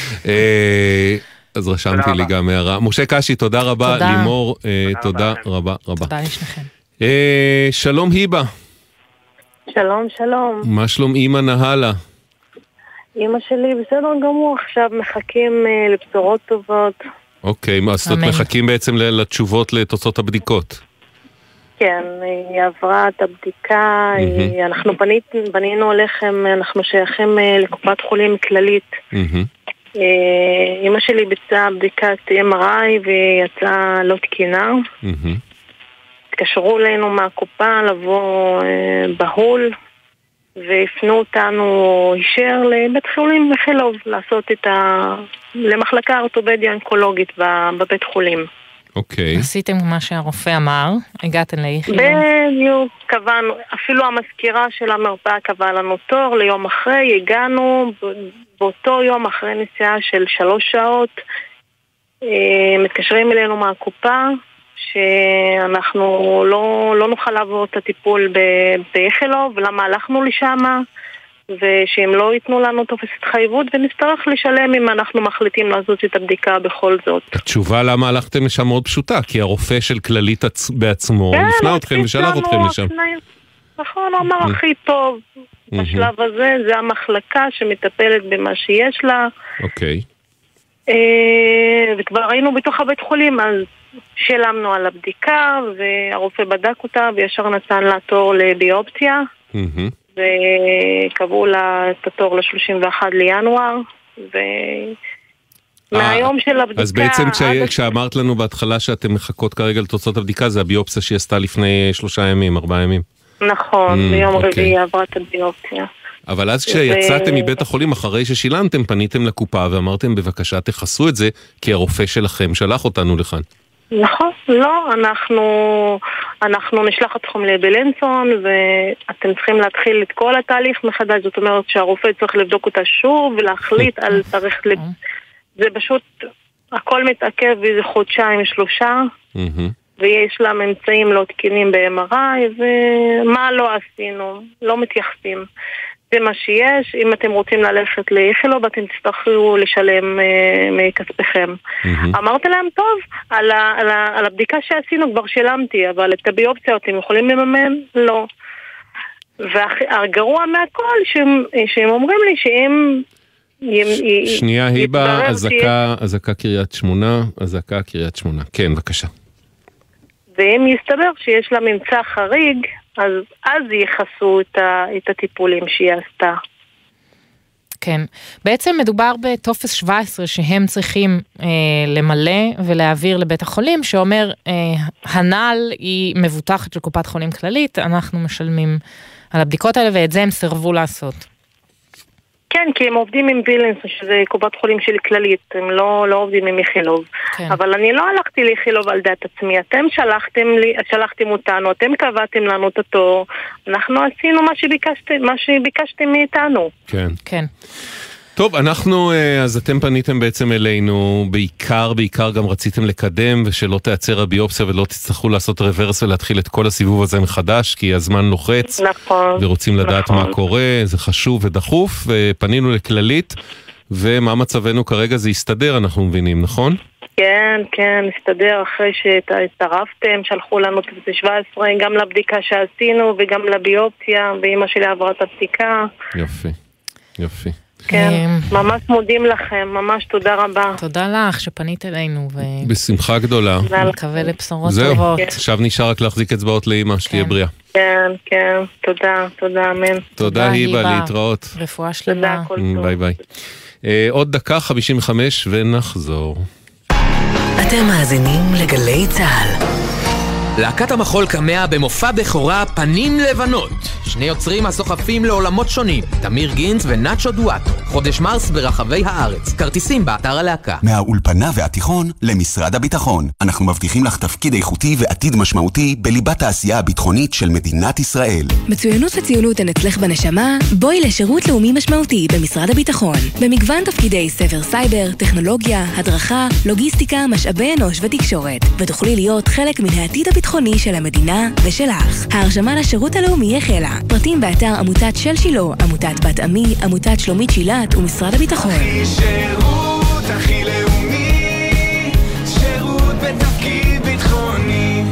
אז רשמתי לי גם הערה. משה קשי, תודה רבה. לימור, תודה רבה רבה. תודה לשניכם. שלום היבה. שלום, שלום. מה שלום אמא נהלה? אמא שלי בסדר גמור, עכשיו מחכים לבשורות טובות. אוקיי, אז זאת מחכים בעצם לתשובות לתוצאות הבדיקות. כן, היא עברה את הבדיקה, אנחנו בנינו עליכם, אנחנו שייכים לקופת חולים כללית. אמא שלי ביצעה בדיקת MRI והיא יצאה לא תקינה. התקשרו אלינו מהקופה לבוא בהול. והפנו אותנו ישר לבית חולים לחילוב, לעשות למחלקה אורתופדיה אונקולוגית בבית חולים. אוקיי. עשיתם מה שהרופא אמר, הגעתם לאיכילוב. בדיוק, קבענו, אפילו המזכירה של המרפאה קבעה לנו תור ליום אחרי, הגענו באותו יום אחרי נסיעה של 3 שעות, מתקשרים אלינו מהקופה, שאנחנו לא נוכל לעבור את הטיפול באיכילוב, ולמה הלכנו לשם, ושהם לא ייתנו לנו טופס התחייבות, ונצטרך לשלם אם אנחנו מחליטים לעשות את הבדיקה בכל זאת. התשובה למה הלכתם לשם מאוד פשוטה, כי הרופא של כללית בעצמו הפנה אתכם ושלח אתכם לשם. נכון, הוא אמר הכי טוב, בשלב הזה זה המחלקה שמטפלת במה שיש לה. אוקיי. וכבר היינו בתוך הבית חולים, אז שלמנו על הבדיקה, והרופא בדק אותה, וישר נתן לה תור לביופסיה, וקבעו לה את התור ל-31 לינואר, ומהיום של הבדיקה... אז בעצם כשאמרת לנו בהתחלה שאתם מחכות כרגע לתוצאות הבדיקה, זה הביופסיה שהיא עשתה לפני 3 ימים, 4 ימים. נכון, ביום רביעי עברה את הביופסיה. אבל אז כשיצאתם מבית החולים, אחרי ששילמתם, פניתם לקופה ואמרתם בבקשה תחסו את זה, כי הרופא שלכם שלח אותנו לכאן. נכון, לא, אנחנו אנחנו נשלח אתכם לבלינסון, ואתם צריכים להתחיל את כל התהליך מחדש, זאת אומרת שהרופא צריך לבדוק אותה שוב, ולהחליט על תאריך זה פשוט, הכל מתעכב באיזה חודשיים, 3, ויש לה ממצאים לא תקינים ב-MRI, ומה לא עשינו, לא מתייחסים. זה מה שיש, אם אתם רוצים ללכת לאיכילוב, אתם תצטרכו לשלם מכספכם. אמרתי להם, טוב, על הבדיקה שעשינו כבר שילמתי, אבל את הביופסיה אתם יכולים לממן? לא. והגרוע מהכל, שהם אומרים לי שהם... שנייה, היבה, אזעקה קריית שמונה. כן, בבקשה. ואם יסתבר שיש לה ממצא חריג, אז ייחסו את הטיפולים שהיא עשתה. כן, בעצם מדובר בטופס 17 שהם צריכים למלא ולהעביר לבית החולים, שאומר, הנ"ל היא מבוטחת של קופת חולים כללית, אנחנו משלמים על הבדיקות האלה, ואת זה הם סרבו לעשות. כן, כי הם עובדים עם בילנס, שזה קופת חולים שלי כללית, הם לא עובדים עם איכילוב. כן. אבל אני לא הלכתי לאיכילוב על דעת עצמי, אתם שלחתם אותנו, אתם קבעתם לנו את התור, אנחנו עשינו מה שביקשתם מאיתנו. כן. כן. טוב, אז אתם פניתם בעצם אלינו, בעיקר גם רציתם לקדם, ושלא תעצר הביופסיה ולא תצטרכו לעשות רוורס ולהתחיל את כל הסיבוב הזה מחדש, כי הזמן לוחץ, נכון, ורוצים לדעת מה קורה, זה חשוב ודחוף, ופנינו לכללית, ומה מצבנו כרגע זה יסתדר, אנחנו מבינים, נכון? כן, הסתדר אחרי שהתערבתם, שלחו לנו את 17, גם לבדיקה שעשינו, וגם לביופסיה, ואמא שלי עברה את הבדיקה. יופי. כן, ממש מודים לכם, ממש תודה רבה. תודה לך שפנית אלינו. בשמחה גדולה. מקווה לבשורות טובות. עכשיו נשאר רק להחזיק אצבעות לאמא, שתהיה בריאה. כן, תודה, אמן. תודה היבה, להתראות. רפואה שלמה. ביי ביי. עוד דקה 55 ונחזור. אתם מאזינים לגלי צהל. להקת המחול קמע במופע בכורה פנים לבנות. שני יוצרים הסוחפים לעולמות שונים, תמיר גינץ ונאצ'ו דואטו. חודש מרס ברחבי הארץ. כרטיסים באתר הלהקה. מהאולפנה והתיכון למשרד הביטחון. אנחנו מבטיחים לך תפקיד איכותי ועתיד משמעותי בליבת העשייה הביטחונית של מדינת ישראל. מצוינות וציונות הן אצלך בנשמה, בואי לשירות לאומי משמעותי במשרד הביטחון. במגוון תפקידי ספר סייבר, טכנולוגיה, הדרכה, לוגיסטיקה, משאבי אנוש ותקשורת. ותוכלי להיות חלק מן העתיד הביטחוני של המדינה ושלך. ההרשמה לשירות הלאומי החלה. פרטים באתר עמותת של שילה, עמותת בת עמי, עמותת שלומית שילת ומשרד הביטחון. שירות הכי לאומי, שירות בתפקיד ביטחוני.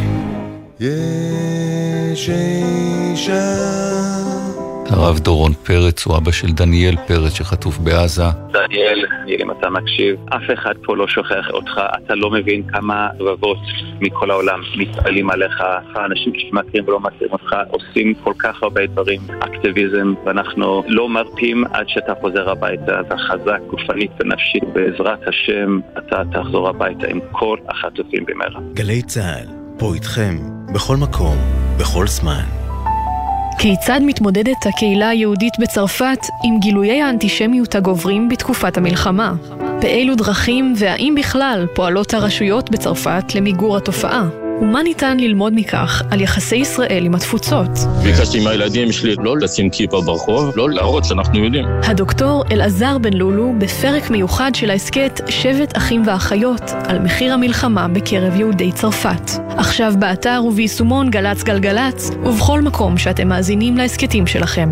יש אישה. הרב דורון פרץ הוא אבא של דניאל פרץ שחטוף בעזה. דניאל, אם אתה מקשיב, אף אחד פה לא שוכח אותך, אתה לא מבין כמה רבבות מכל העולם מתפעלים עליך, האנשים שמכירים ולא מכירים אותך עושים כל כך הרבה דברים, אקטיביזם, ואנחנו לא מרפים עד שאתה חוזר הביתה, אתה חזק גופנית ונפשית, בעזרת השם אתה תחזור הביתה עם כל החטופים במהרה. גלי צהל, פה איתכם, בכל מקום, בכל זמן. כיצד מתמודדת הקהילה היהודית בצרפת עם גילויי האנטישמיות הגוברים בתקופת המלחמה? באילו דרכים והאם בכלל פועלות הרשויות בצרפת למיגור התופעה? ומה ניתן ללמוד מכך על יחסי ישראל עם התפוצות? ביקשתי מהילדים שלי לא לשים כיפה ברחוב, לא להראות שאנחנו יודעים. הדוקטור אלעזר בן לולו בפרק מיוחד של העסקת שבט אחים ואחיות על מחיר המלחמה בקרב יהודי צרפת. עכשיו באתר וביישומון גלץ גלגלץ ובכל מקום שאתם מאזינים לעסקתים שלכם.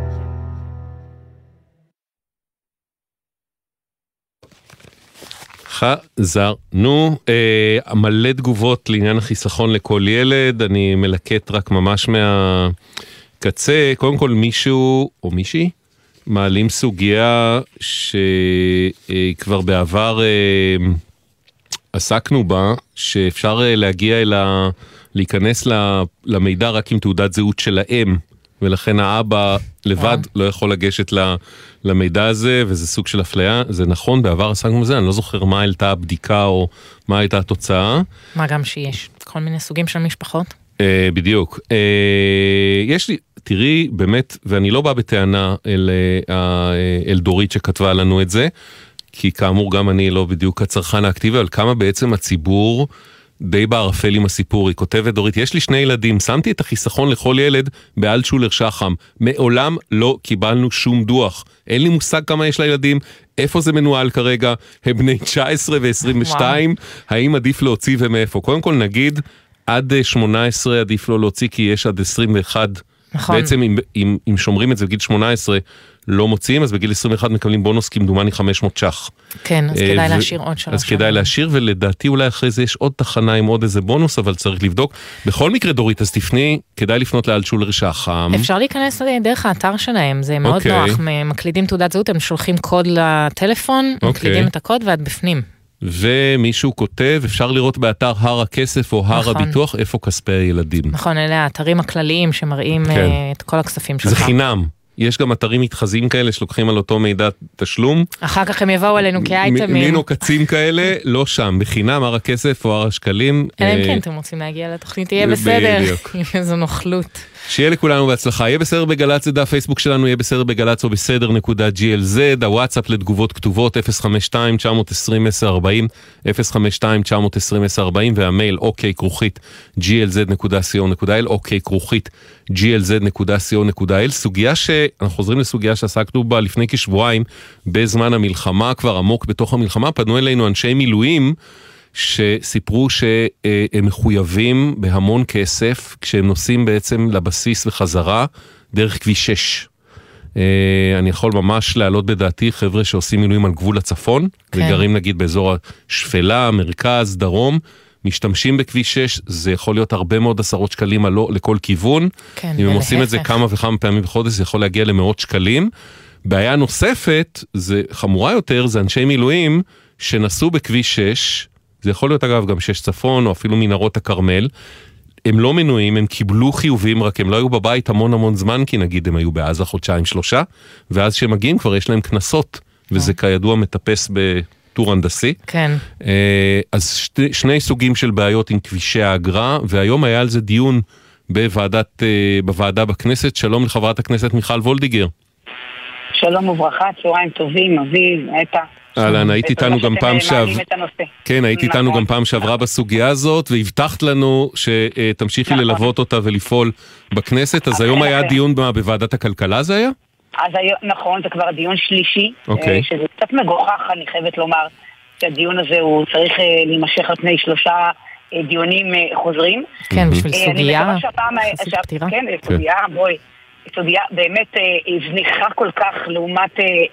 חזרנו, מלא תגובות לעניין החיסכון לכל ילד, אני מלקט רק ממש מהקצה, קודם כל מישהו או מישהי מעלים סוגיה שכבר בעבר עסקנו בה, שאפשר להגיע להיכנס למידע רק עם תעודת זהות של האם, ולכן האבא לבד לא יכול לגשת למידע הזה, וזה סוג של אפליה, זה נכון, בעבר עסקנו בזה, אני לא זוכר מה הייתה הבדיקה או מה הייתה התוצאה. מה גם שיש, כל מיני סוגים של משפחות. בדיוק. יש לי, תראי, באמת, ואני לא בא בטענה אל דורית שכתבה לנו את זה, כי כאמור גם אני לא בדיוק הצרכן האקטיבי, אבל כמה בעצם הציבור די בערפל עם הסיפור. היא כותבת, דורית, יש לי 2 ילדים, שמתי את החיסכון לכל ילד באלטשולר שחם. מעולם לא קיבלנו שום דוח. אין לי מושג כמה יש לילדים, איפה זה מנוהל כרגע, הם בני 19 ו-22, האם עדיף להוציא ומאיפה? קודם כל נגיד, עד 18 עדיף לא להוציא, כי יש עד 21. נכון. בעצם אם שומרים את זה בגיל 18, לא מוציאים, אז בגיל 21 מקבלים בונוס כמדומני 500 שח. כן, אז כדאי להשאיר עוד 3. אז כדאי להשאיר, ולדעתי אולי אחרי זה יש עוד תחנה עם עוד איזה בונוס, אבל צריך לבדוק. בכל מקרה, דורית, אז תפני, כדאי לפנות לאלטשולר שחם. אפשר להיכנס דרך האתר שלהם, זה מאוד נוח, מקלידים תעודת זהות, הם שולחים קוד לטלפון, מקלידים את הקוד ועד בפנים. ומישהו כותב, אפשר לראות באתר הר הכסף או הר הביטוח, איפה כספי הילדים. נכון, אלה האתרים הכלליים שמראים את כל הכספים שלך. זה חינם. יש גם אתרים מתחזים כאלה שלוקחים על אותו מידע תשלום. אחר כך הם יבואו עלינו כאייטמים. מין עוקצים כאלה, לא שם, בחינם, הר הכסף או הר השקלים. אלא אם כן, אתם רוצים להגיע לתוכנית, תהיה בסדר. איזו נוכלות. שיהיה לכולנו בהצלחה. יהיה בסדר בגלץ, זה דף פייסבוק שלנו, יהיה בסדר בגלץ או בסדר.glz, הוואטסאפ לתגובות כתובות 052-920-1040, 052-920-1040, והמייל ok@glz.co.il, ok@glz.co.il. סוגיה אנחנו חוזרים לסוגיה שעסקנו בה לפני כשבועיים, בזמן המלחמה, כבר עמוק בתוך המלחמה, פנו אלינו אנשי מילואים, שסיפרו שהם מחויבים בהמון כסף, כשהם נוסעים בעצם לבסיס וחזרה, דרך כביש 6. אני יכול ממש להעלות בדעתי חבר'ה שעושים מילואים על גבול הצפון, וגרים נגיד באזור השפלה, מרכז, דרום, משתמשים בכביש 6, זה יכול להיות הרבה מאוד עשרות שקלים לכל כיוון. כן, אם הם עושים את זה כמה וכמה פעמים בחודש, זה יכול להגיע למאות שקלים. בעיה נוספת, זה חמורה יותר, זה אנשי מילואים שנסעו בכביש 6, זה יכול להיות אגב גם 6 צפון, או אפילו מנהרות הכרמל, הם לא מנויים, הם קיבלו חיובים, רק הם לא היו בבית המון זמן, כי נגיד הם היו בעזה 2-3, ואז שהם מגיעים כבר יש להם כנסות, וזה כידוע מטפס בטור הנדסי. כן. אז שני סוגים של בעיות עם כבישי האגרה, והיום היה על זה דיון בוועדה בכנסת. שלום לחברת הכנסת מיכל וולדיגר. שלום וברכה, צהריים טובים, אביב, נטע. אהלן, היית איתנו גם פעם כן, היית איתנו גם פעם שעברה בסוגיה הזאת, והבטחת לנו שתמשיכי ללוות אותה ולפעול בכנסת, אז היום היה דיון בוועדת הכלכלה זה היה? אז נכון, זה כבר דיון שלישי, שזה קצת מגוחך, אני חייבת לומר, שהדיון הזה הוא צריך להימשך על פני 3 דיונים חוזרים. כן, בשביל סוגיה. כן, סוגיה, בואי, סוגיה באמת זניחה כל כך לעומת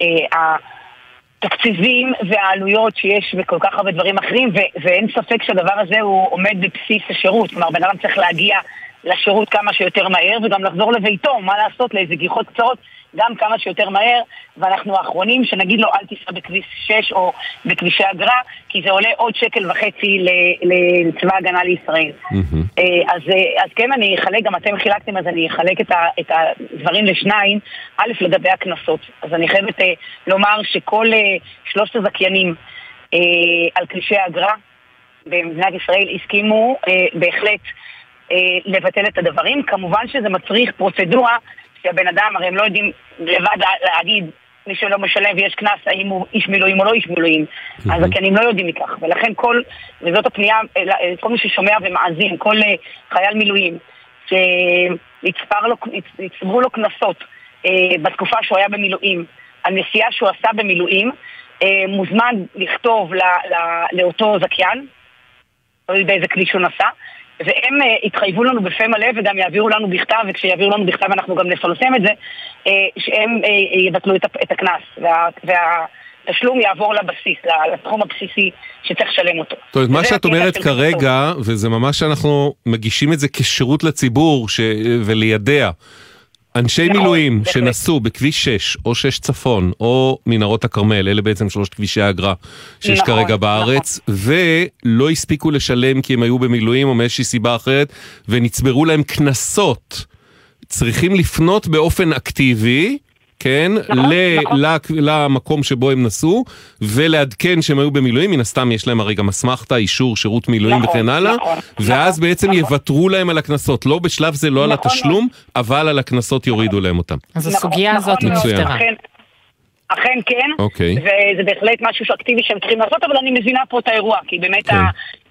התקציבים והעלויות שיש בכל כך הרבה דברים אחרים, ואין ספק שהדבר הזה הוא עומד בבסיס השירות. כלומר, בן אדם צריך להגיע לשירות כמה שיותר מהר, וגם לחזור לביתו, מה לעשות, לאיזה גיחות קצרות, גם כמה שיותר מהר, ואנחנו האחרונים שנגיד לו אל תיסע בכביש 6 או בכבישי אגרה, כי זה עולה עוד 1.5 שקל לצבא הגנה לישראל. אז כן, אני אחלק, גם אתם חילקתם, אז אני אחלק את הדברים לשניים. א', לגבי הכנסות. אז אני חייבת לומר שכל 3 הזכיינים על כבישי אגרה במדינת ישראל הסכימו בהחלט לבטל את הדברים. כמובן שזה מצריך פרוצדורה שהבן אדם, הרי הם לא יודעים לבד להגיד מי שלא משלם ויש כנס, האם הוא איש מילואים או לא איש מילואים. אז הכנים לא יודעים מכך, ולכן וזאת הפנייה, כל מי ששומע ומאזין, כל חייל מילואים שיצברו לו כנסות בתקופה שהוא היה במילואים, על נסיעה שהוא עשה במילואים, מוזמן לכתוב לאותו זכיין, לא יודע איזה כלי שהוא נסע, והם התחייבו לנו בפה מלא וגם יעבירו לנו בכתב, וכשיעבירו לנו בכתב אנחנו גם נפרסם את זה, שהם יבטלו את הכנס, והתשלום יעבור לבסיס, לתחום הבסיסי שצריך לשלם אותו. טוב, מה שאת אומרת כרגע, וזה ממש שאנחנו מגישים את זה כשירות לציבור ולידע, אנשי מילואים שנסעו בכביש 6 או 6 צפון או מנהרות הכרמל, אלה בעצם 3 כבישי האגרה שיש כרגע בארץ, ולא הספיקו לשלם כי הם היו במילואים או מאיזושהי סיבה אחרת, ונצברו להם כנסות, צריכים לפנות באופן אקטיבי, כן, למקום שבו הם נסעו, ולעדכן שהם היו במילואים, מן הסתם יש להם הרי גם אסמכתה, אישור, שירות מילואים וכן הלאה, ואז בעצם יוותרו להם על הכנסות, לא בשלב זה לא על התשלום, אבל על הכנסות יורידו להם אותם. אז הסוגיה הזאת נפתרה. אכן כן, וזה בהחלט משהו שאקטיבי שהם צריכים לעשות, אבל אני מבינה פה את האירוע, כי באמת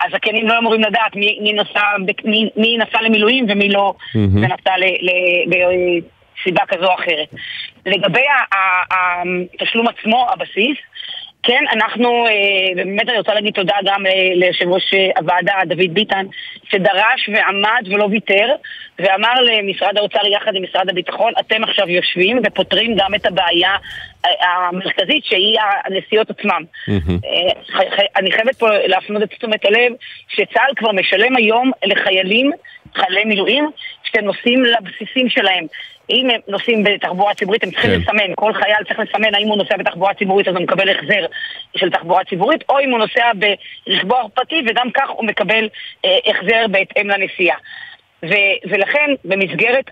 הזכיינים לא אמורים לדעת מי נסע למילואים ומי לא ונסע לסיבה כזו או אחרת. לגבי התשלום עצמו, הבסיס, כן, אנחנו, באמת אני רוצה להגיד תודה גם ליושב ראש הוועדה, דוד ביטן, שדרש ועמד ולא ויתר, ואמר למשרד האוצר יחד עם משרד הביטחון, אתם עכשיו יושבים ופותרים גם את הבעיה המרכזית שהיא הנסיעות עצמם. אני חייבת פה להפנות את תשומת הלב, שצה"ל כבר משלם היום לחיילים, חיילי מילואים, שנוסעים לבסיסים שלהם. אם הם נוסעים בתחבורה ציבורית, הם צריכים לסמן, כל חייל צריך לסמן האם הוא נוסע בתחבורה ציבורית, אז הוא מקבל החזר של תחבורה ציבורית, או אם הוא נוסע ברכבו הפרטי, וגם כך הוא מקבל החזר בהתאם לנסיעה. ולכן, במסגרת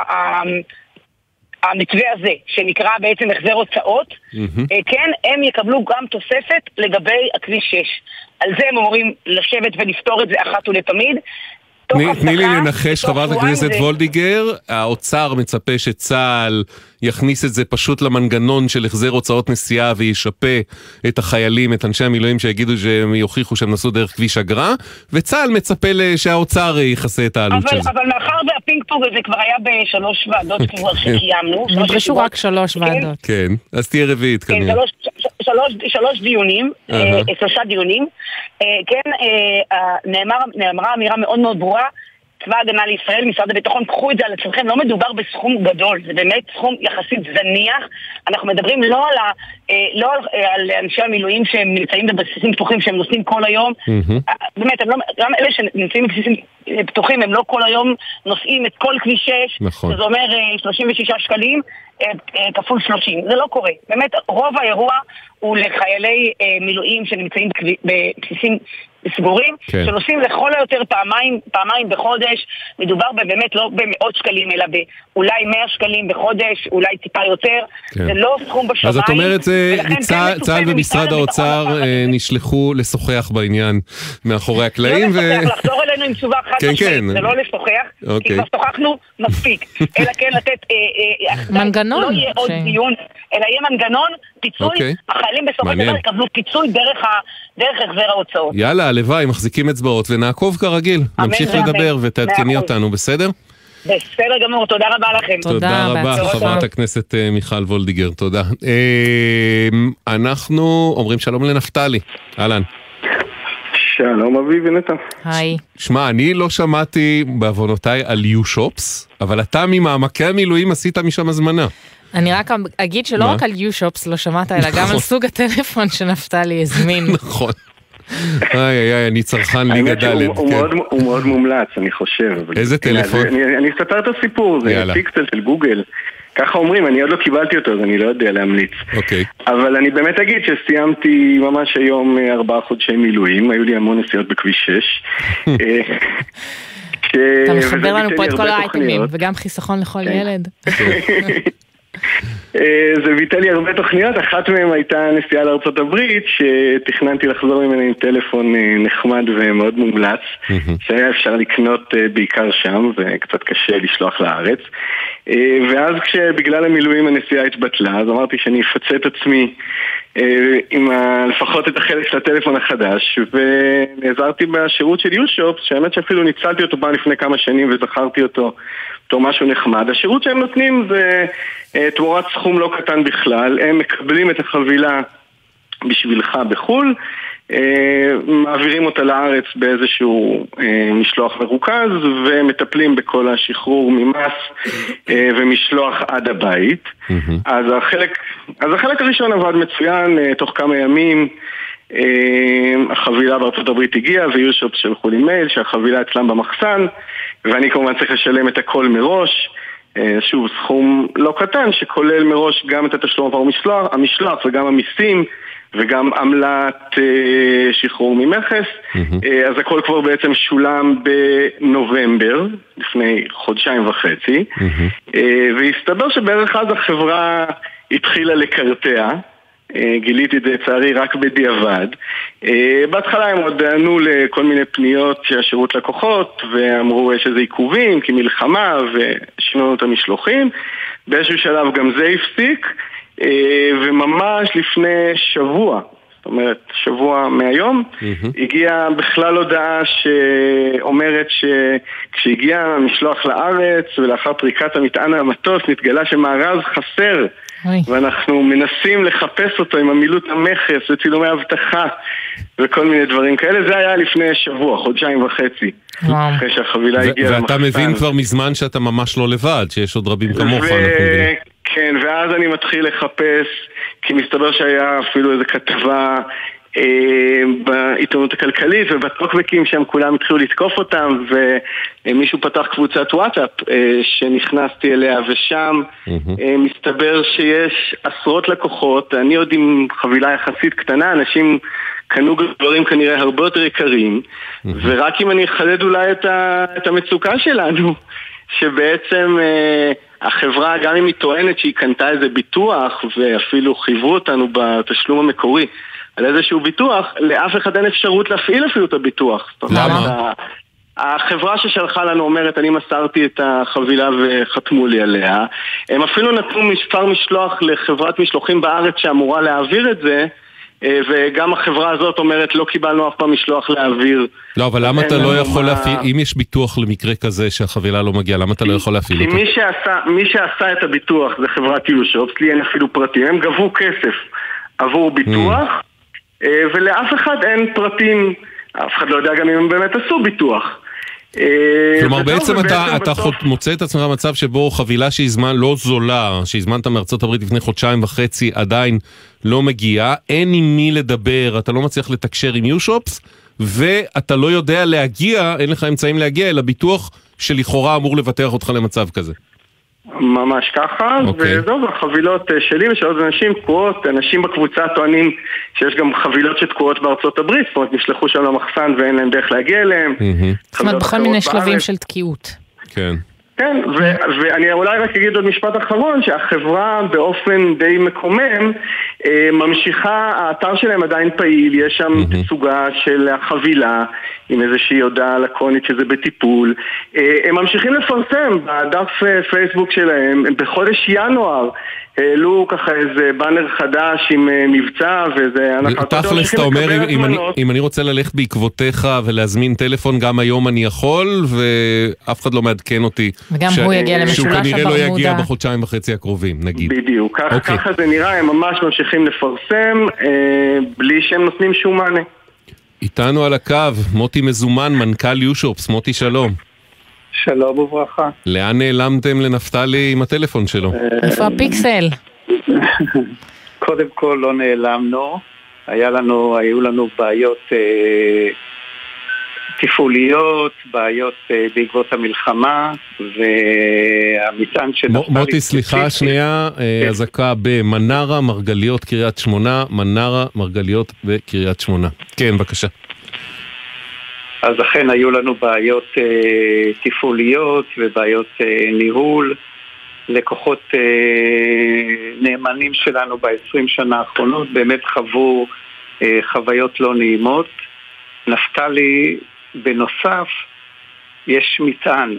המתווה הזה, שנקרא בעצם החזר הוצאות, כן, הם יקבלו גם תוספת לגבי הכביש 6. על זה הם אמורים לשבת ולפתור את זה אחת ולתמיד. תני לי לנחש, חברת הכנסת וולדיגר, האוצר מצפה שצה"ל יכניס את זה פשוט למנגנון של החזר הוצאות נסיעה וישפה את החיילים, את אנשי המילואים שיגידו שהם יוכיחו שהם נסעו דרך כביש אגרה, וצה"ל מצפה שהאוצר יכסה את העלות של זה. אבל מאחר והפינג פונג הזה כבר היה בשלוש ועדות כבר שקיימנו. נדרשו רק 3 ועדות. כן, אז תהיה רביעית כנראה. שלושה דיונים. כן, נאמרה אמירה מאוד מאוד ברורה, צבא הגנה לישראל, משרד הביטחון, קחו את זה על עצמכם, לא מדובר בסכום גדול, זה באמת סכום יחסית זניח, אנחנו מדברים לא על אנשי המילואים שהם נמצאים בבסיסים פתוחים, שהם נוסעים כל היום, באמת, גם אלה שנמצאים בבסיסים פתוחים, הם לא כל היום נוסעים את כל כביש 6, זה אומר 36 שקלים, כפול 30, זה לא קורה, באמת, רוב האירוע הוא לחיילי מילואים שנמצאים בבסיסים סגורים, שנוסעים לכל היותר פעמיים בחודש, מדובר באמת לא במאות שקלים, אלא באולי 100 שקלים בחודש, אולי טיפה יותר, זה לא סכום בשמיים. אז את אומרת, צה"ל ומשרד האוצר נשלחו לשוחח בעניין מאחורי הקלעים. לא לשוחח, לחזור אלינו עם תשובה אחת משמעית, זה לא לשוחח, כי כבר שוחחנו מספיק, אלא כן לתת מנגנון, לא יהיה עוד דיון, אלא יהיה מנגנון, פיצוי, החיילים בסופו של דבר יקבלו פיצוי דרך החזר ההוצאות. יאללה, הלוואי, מחזיקים אצבעות ונעקוב כרגיל. נמשיך לדבר ותעדכני אותנו, בסדר? בסדר גמור, תודה רבה לכם. תודה רבה, חברת הכנסת מיכל וולדיגר, תודה. אנחנו אומרים שלום לנפתלי. אהלן. שלום אביב ונטע. היי. שמע, אני לא שמעתי בעוונותיי על U-Shops, אבל אתה ממעמקי המילואים עשית משם הזמנה. אני רק אגיד שלא רק על U-Shops לא שמעת, אלא גם על סוג הטלפון שנפתלי הזמין. נכון. איי, אני צרכן ליגה ד'. הוא מאוד מומלץ, אני חושב. איזה טלפון? אני אספר את הסיפור, זה פיקסל של גוגל. ככה אומרים, אני עוד לא קיבלתי אותו, אז אני לא יודע להמליץ. אבל אני באמת אגיד שסיימתי ממש היום 4 חודשי מילואים, היו לי המון נסיעות בכביש 6. אתה מחבר לנו פה את כל האייטמים, וגם חיסכון לכל ילד. זה ביטל לי הרבה תוכניות, אחת מהן הייתה נסיעה לארצות הברית, שתכננתי לחזור ממנה עם טלפון נחמד ומאוד מומלץ, שהיה אפשר לקנות בעיקר שם, וקצת קשה לשלוח לארץ. ואז כשבגלל המילואים הנסיעה התבטלה, אז אמרתי שאני אפצה את עצמי עם לפחות את החלק של הטלפון החדש, ונעזרתי בשירות של U-Shops, שהאמת שאפילו ניצלתי אותו פעם לפני כמה שנים וזכרתי אותו בתור משהו נחמד. השירות שהם נותנים זה תמורת סכום לא קטן בכלל, הם מקבלים את החבילה בשבילך בחול, מעבירים אותה לארץ באיזשהו משלוח מרוכז ומטפלים בכל השחרור ממס ומשלוח עד הבית. אז החלק הראשון עבד מצוין, תוך כמה ימים החבילה בארצות הברית הגיעה ו-U-Shops שלחו לי מייל שהחבילה אצלם במחסן, ואני כמובן צריך לשלם את הכל מראש, שוב סכום לא קטן שכולל מראש גם את התשלום עבור המשלוח וגם המיסים וגם עמלת שחרור ממכס. אז הכל כבר בעצם שולם בנובמבר, לפני 1.5 חודשים, והסתבר שבערך אז החברה התחילה לקרטע. גיליתי את זה לצערי רק בדיעבד. בהתחלה הם עוד ענו לכל מיני פניות של השירות לקוחות ואמרו שזה עיכובים כי מלחמה ושינו את המשלוחים. באיזשהו שלב גם זה הפסיק, וממש לפני שבוע, זאת אומרת, שבוע מהיום, הגיעה בכלל הודעה שאומרת שכשהגיע המשלוח לארץ ולאחר פריקת המטען המטוס, נתגלה שמארז חסר, ואנחנו מנסים לחפש אותו עם עמילות המכס וצילומי הבטחה וכל מיני דברים כאלה. זה היה לפני שבוע, חודשיים וחצי, אחרי שהחבילה הגיעה למחסן. ואתה מבין כבר מזמן שאתה ממש לא לבד, שיש עוד רבים כמוך. כן, ואז אני מתחיל לחפש, כי מסתבר שהיה אפילו איזו כתבה בעיתונות הכלכלית, ובטוקבקים שהם כולם התחילו לתקוף אותם, ומישהו פתח קבוצת וואטסאפ שנכנסתי אליה, ושם מסתבר שיש עשרות לקוחות, אני עוד עם חבילה יחסית קטנה, אנשים קנו דברים כנראה הרבה יותר יקרים, ורק אם אני אחדד אולי את המצוקה שלנו, שבעצם החברה, גם אם היא טוענת שהיא קנתה איזה ביטוח, ואפילו חייבו אותנו בתשלום המקורי על איזשהו ביטוח, לאף אחד אין אפשרות להפעיל אפילו את הביטוח. למה? החברה ששלחה לנו אומרת, אני מסרתי את החבילה וחתמו לי עליה. הם אפילו נתנו מספר משלוח לחברת משלוחים בארץ שאמורה להעביר את זה, וגם החברה הזאת אומרת, לא קיבלנו אף פעם משלוח להעביר. לא, אבל למה אתה לא יכול להפעיל, אם יש ביטוח למקרה כזה שהחבילה לא מגיעה, למה אתה לא יכול להפעיל אותו? כי מי שעשה את הביטוח זה חברת יושופס, לי אין אפילו פרטים, הם גבו כסף עבור ביטוח, ולאף אחד אין פרטים, אף אחד לא יודע גם אם הם באמת עשו ביטוח. כלומר בעצם אתה מוצא את עצמך במצב שבו חבילה שהזמן לא זולה, שהזמנת מארצות הברית לפני חודשיים וחצי, עדיין לא מגיעה, אין עם מי לדבר, אתה לא מצליח לתקשר עם יושופס, ואתה לא יודע להגיע, אין לך אמצעים להגיע אל הביטוח שלכאורה אמור לבטח אותך למצב כזה. ממש ככה, וזהו, החבילות שלי ושל עוד אנשים תקועות, אנשים בקבוצה טוענים שיש גם חבילות שתקועות בארצות הברית, זאת אומרת נשלחו שם למחסן ואין להם דרך להגיע אליהם. זאת אומרת בכל מיני שלבים של תקיעות. כן. כן, ואני אולי רק אגיד עוד משפט אחרון, שהחברה באופן די מקומם ממשיכה, האתר שלהם עדיין פעיל, יש שם תצוגה של החבילה עם איזושהי הודעה לקונית שזה בטיפול. הם ממשיכים לפרסם בדף פייסבוק שלהם, בחודש ינואר העלו ככה איזה באנר חדש עם מבצע וזה... תכלס אתה אומר, אם אני רוצה ללכת בעקבותיך ולהזמין טלפון גם היום אני יכול, ואף אחד לא מעדכן אותי וגם הוא יגיע למשולש שהוא כנראה לא יגיע הברמודה. בחודשיים וחצי הקרובים, נגיד. בדיוק, ככה זה נראה, הם ממש ממשיכים לפרסם בלי שהם נותנים שום מענה. איתנו על הקו, מוטי מזומן, מנכ"ל יושופס. מוטי, שלום. שלום וברכה. לאן נעלמתם לנפתלי עם הטלפון שלו? איפה הפיקסל? קודם כל לא נעלמנו, היו לנו בעיות תפעוליות, בעיות בעקבות המלחמה, והמטען שנפתלי... מוטי, סליחה, שנייה, הזקה במנרה, מרגליות, קריית שמונה, מנרה, מרגליות וקריית שמונה. כן, בבקשה. אז אכן היו לנו בעיות תפעוליות ובעיות ניהול. לקוחות נאמנים שלנו ב-20 שנה האחרונות באמת חוו חוויות לא נעימות. נפתלי, בנוסף, יש מטען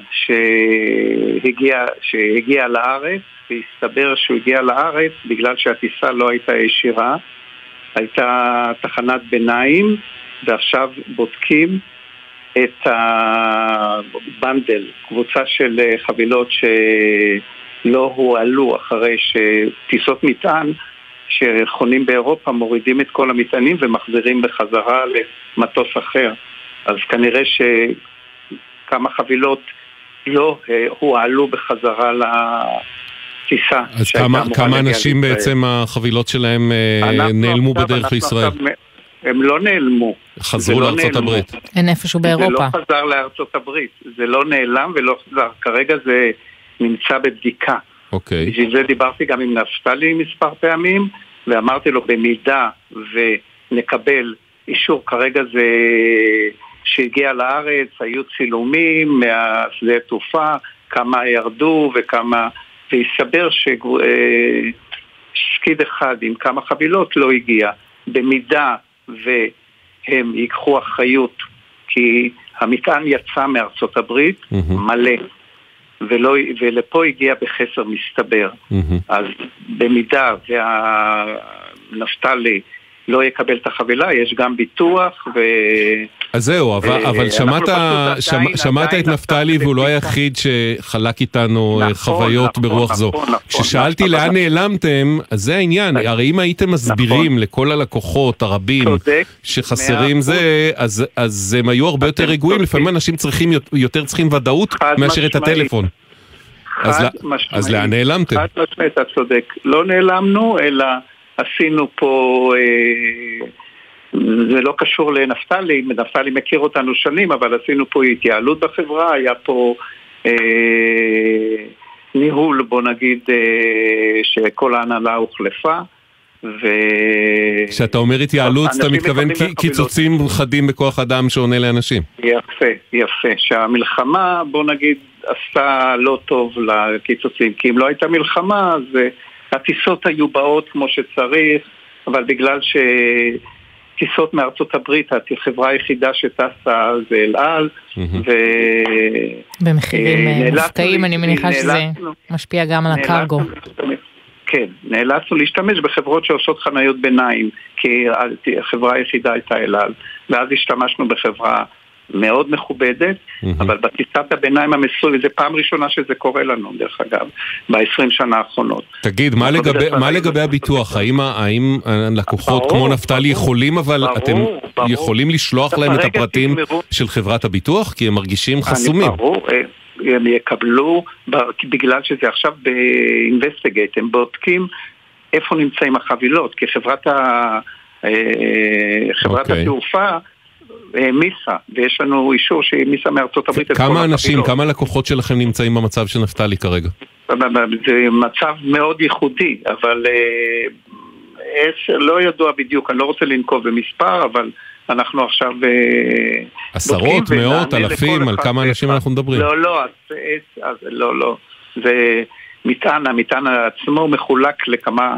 שהגיע לארץ, והסתבר שהוא הגיע לארץ בגלל שהטיסה לא הייתה ישירה, הייתה תחנת ביניים, ועכשיו בודקים את הבנדל, קבוצה של חבילות שלא הועלו אחרי שטיסות מטען שחונים באירופה מורידים את כל המטענים ומחזירים בחזרה למטוס אחר. אז כנראה שכמה חבילות לא הועלו בחזרה לטיסה. אז כמה אנשים בעצם החבילות שלהם נעלמו בדרך לישראל? הם לא נעלמו. חזרו לארצות הברית. אין איפשהו באירופה. זה לא חזר לארצות הברית. זה לא נעלם ולא חזר. כרגע זה נמצא בבדיקה. אוקיי. בשביל זה דיברתי גם עם נפתלי מספר פעמים, ואמרתי לו במידה ונקבל אישור, כרגע זה שהגיע לארץ, היו צילומים מהשדה תעופה, כמה ירדו וכמה, והסתבר שסקיד אחד עם כמה חבילות לא הגיע. במידה והם ייקחו אחריות, כי המטען יצא מארצות הברית מלא, ולפה הגיע בחסר מסתבר. אז במידה והנפתלי לא יקבל את החבילה, יש גם ביטוח אז זהו, אבל שמעת את נפתלי והוא לא היחיד שחלק איתנו חוויות ברוח זו. כששאלתי לאן נעלמתם, אז זה העניין, הרי אם הייתם מסבירים לכל הלקוחות הרבים שחסרים זה, אז הם היו הרבה יותר רגועים, לפעמים אנשים יותר צריכים ודאות מאשר את הטלפון. אז לאן נעלמתם? חד משמעית, אתה צודק. לא נעלמנו, אלא עשינו פה, זה לא קשור לנפתלי, נפתלי מכיר אותנו שנים, אבל עשינו פה התייעלות בחברה, היה פה ניהול, בוא נגיד, שכל ההנהלה הוחלפה. כשאתה אומר התייעלות, אתה מתכוון קיצוצים חדים בכוח אדם שעונה לאנשים. יפה. שהמלחמה, בוא נגיד, עשתה לא טוב לקיצוצים, כי אם לא הייתה מלחמה, אז הטיסות היו באות כמו שצריך, אבל בגלל שטיסות מארצות הברית, החברה היחידה שטסה זה אל על, במחירים מופקעים, אני מניחה שזה משפיע גם על הקרגו. כן, נאלצנו להשתמש בחברות שעושות חניות ביניים, כי החברה היחידה הייתה אל על, ואז השתמשנו בחברה מאוד מכובדת, אבל בטיסת הביניים המסוים, זה פעם ראשונה שזה קורה לנו, דרך אגב, ב-20 שנה האחרונות. תגיד, מה לגבי הביטוח? האם לקוחות כמו נפתלי יכולים, אבל אתם יכולים לשלוח להם את הפרטים של חברת הביטוח? כי הם מרגישים חסומים. ברור, הם יקבלו, בגלל שזה עכשיו ב-investigate, הם בודקים איפה נמצאים החבילות, כי חברת התעופה מיסה, ויש לנו אישור שהיא מיסה מארצות הברית. כמה אנשים, כמה לקוחות שלכם נמצאים במצב של נפתלי כרגע? זה מצב מאוד ייחודי, אבל לא ידוע בדיוק, אני לא רוצה לנקוב במספר, אבל אנחנו עכשיו עשרות, מאות, אלפים, על כמה אנשים אנחנו מדברים? לא, זה המטען עצמו מחולק לכמה,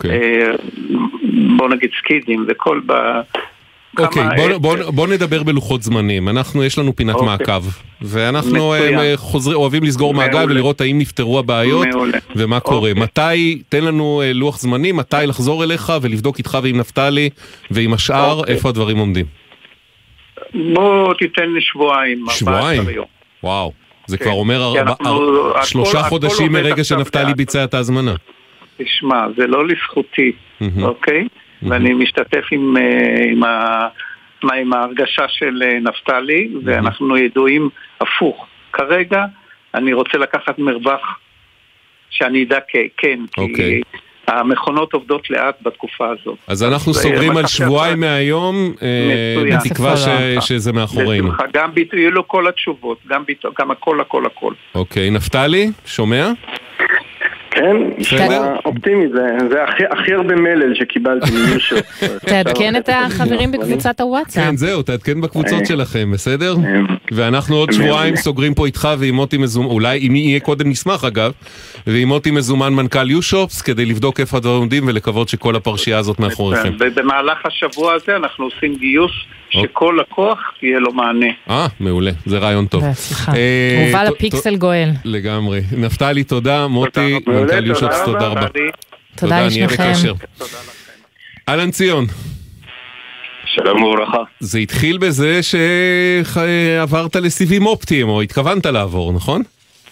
בוא נגיד סקידים, וכל אוקיי, בוא נדבר בלוחות זמנים. יש לנו פינת מעקב, ואנחנו אוהבים לסגור מעגל ולראות האם נפתרו הבעיות ומה קורה. מתי, תן לנו לוח זמנים, מתי לחזור אליך ולבדוק איתך ועם נפתלי ועם השאר, איפה הדברים עומדים. בוא תיתן לי שבועיים. שבועיים? וואו, זה כבר אומר 3 חודשים מרגע שנפתלי ביצע את ההזמנה. תשמע, זה לא לזכותי, אוקיי? ואני משתתף עם ההרגשה של נפתלי, ואנחנו ידועים הפוך. כרגע אני רוצה לקחת מרווח שאני אדע כן, כי המכונות עובדות לאט בתקופה הזאת. אז אנחנו סוגרים על שבועיים מהיום, בתקווה שזה מאחורינו. גם יהיו לו כל התשובות, גם הכל. אוקיי, נפתלי, שומע? כן, אופטימי, זה הכי הרבה מלל שקיבלתי מישהו. תעדכן את החברים בקבוצת הוואטסאפ. כן, זהו, תעדכן בקבוצות שלכם, בסדר? ואנחנו עוד שבועיים סוגרים פה איתך ועם מוטי מזומן, אולי אם יהיה קודם נשמח אגב, ועם מוטי מזומן מנכ"ל יושופס, כדי לבדוק איפה הדברים עומדים ולקוות שכל הפרשייה הזאת מאחוריכם. ובמהלך השבוע הזה אנחנו עושים גיוס שכל לקוח יהיה לו מענה. מעולה, זה רעיון טוב. הובל הפיקסל גואל. לגמרי. נפתלי, תודה, מוטי, מנכ"ל יושופס, תודה רבה. תודה לשניכם. אלן ציון. שלום וברכה. זה התחיל בזה שעברת לסיבים אופטיים, או התכוונת לעבור, נכון?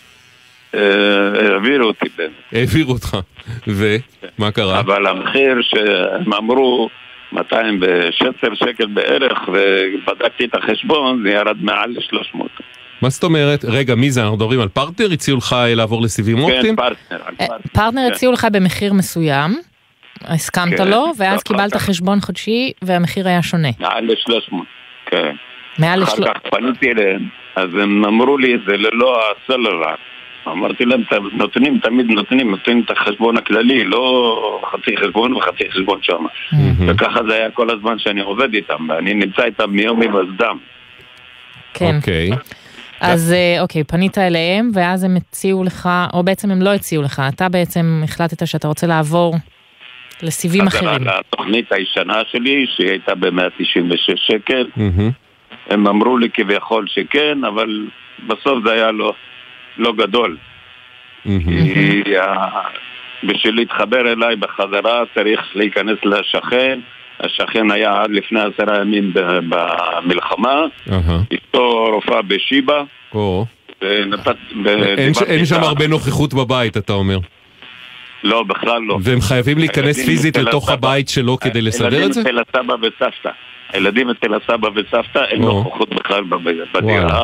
העבירו אותי בין. העבירו אותך. ומה קרה? אבל המחיר שהם אמרו 216 שקל בערך, ובדקתי את החשבון, זה ירד מעל ל-300. מה זאת אומרת? רגע, מי זה? אנחנו מדברים על פרטנר? הציעו לך לעבור לסיבים אופטיים? כן, פרטנר. פרטנר הציעו לך במחיר מסוים, הסכמת לו, ואז קיבלת חשבון חודשי, והמחיר היה שונה. מעל ל-300, כן. מעל אחר כך פניתי אליהם, אז הם אמרו לי, זה ללא הסלולר. אמרתי להם, תמיד נותנים את החשבון הכללי, לא חצי חשבון וחצי חשבון שם. וככה זה היה כל הזמן שאני עובד איתם, ואני נמצא איתם מיום היווסדם. כן. אז אוקיי, פנית אליהם, ואז הם הציעו לך, או בעצם הם לא הציעו לך, אתה בעצם החלטת שאתה רוצה לעבור לסיבים אחרים. התוכנית הישנה שלי, שהיא הייתה ב-196 שקל, הם אמרו לי כביכול שכן, אבל בסוף זה היה לא גדול. בשביל להתחבר אליי בחזרה צריך להיכנס לשכן, השכן היה עד לפני 10 ימים במלחמה, איתו רופאה בשיבה. אין שם הרבה נוכחות בבית, אתה אומר. לא, בכלל לא. והם חייבים להיכנס פיזית לתוך הבית שלו כדי לסדר את זה? ילדים אצל הסבא וסבתא. הילדים אצל הסבא וסבתא, אין נוכחות בכלל בדירה.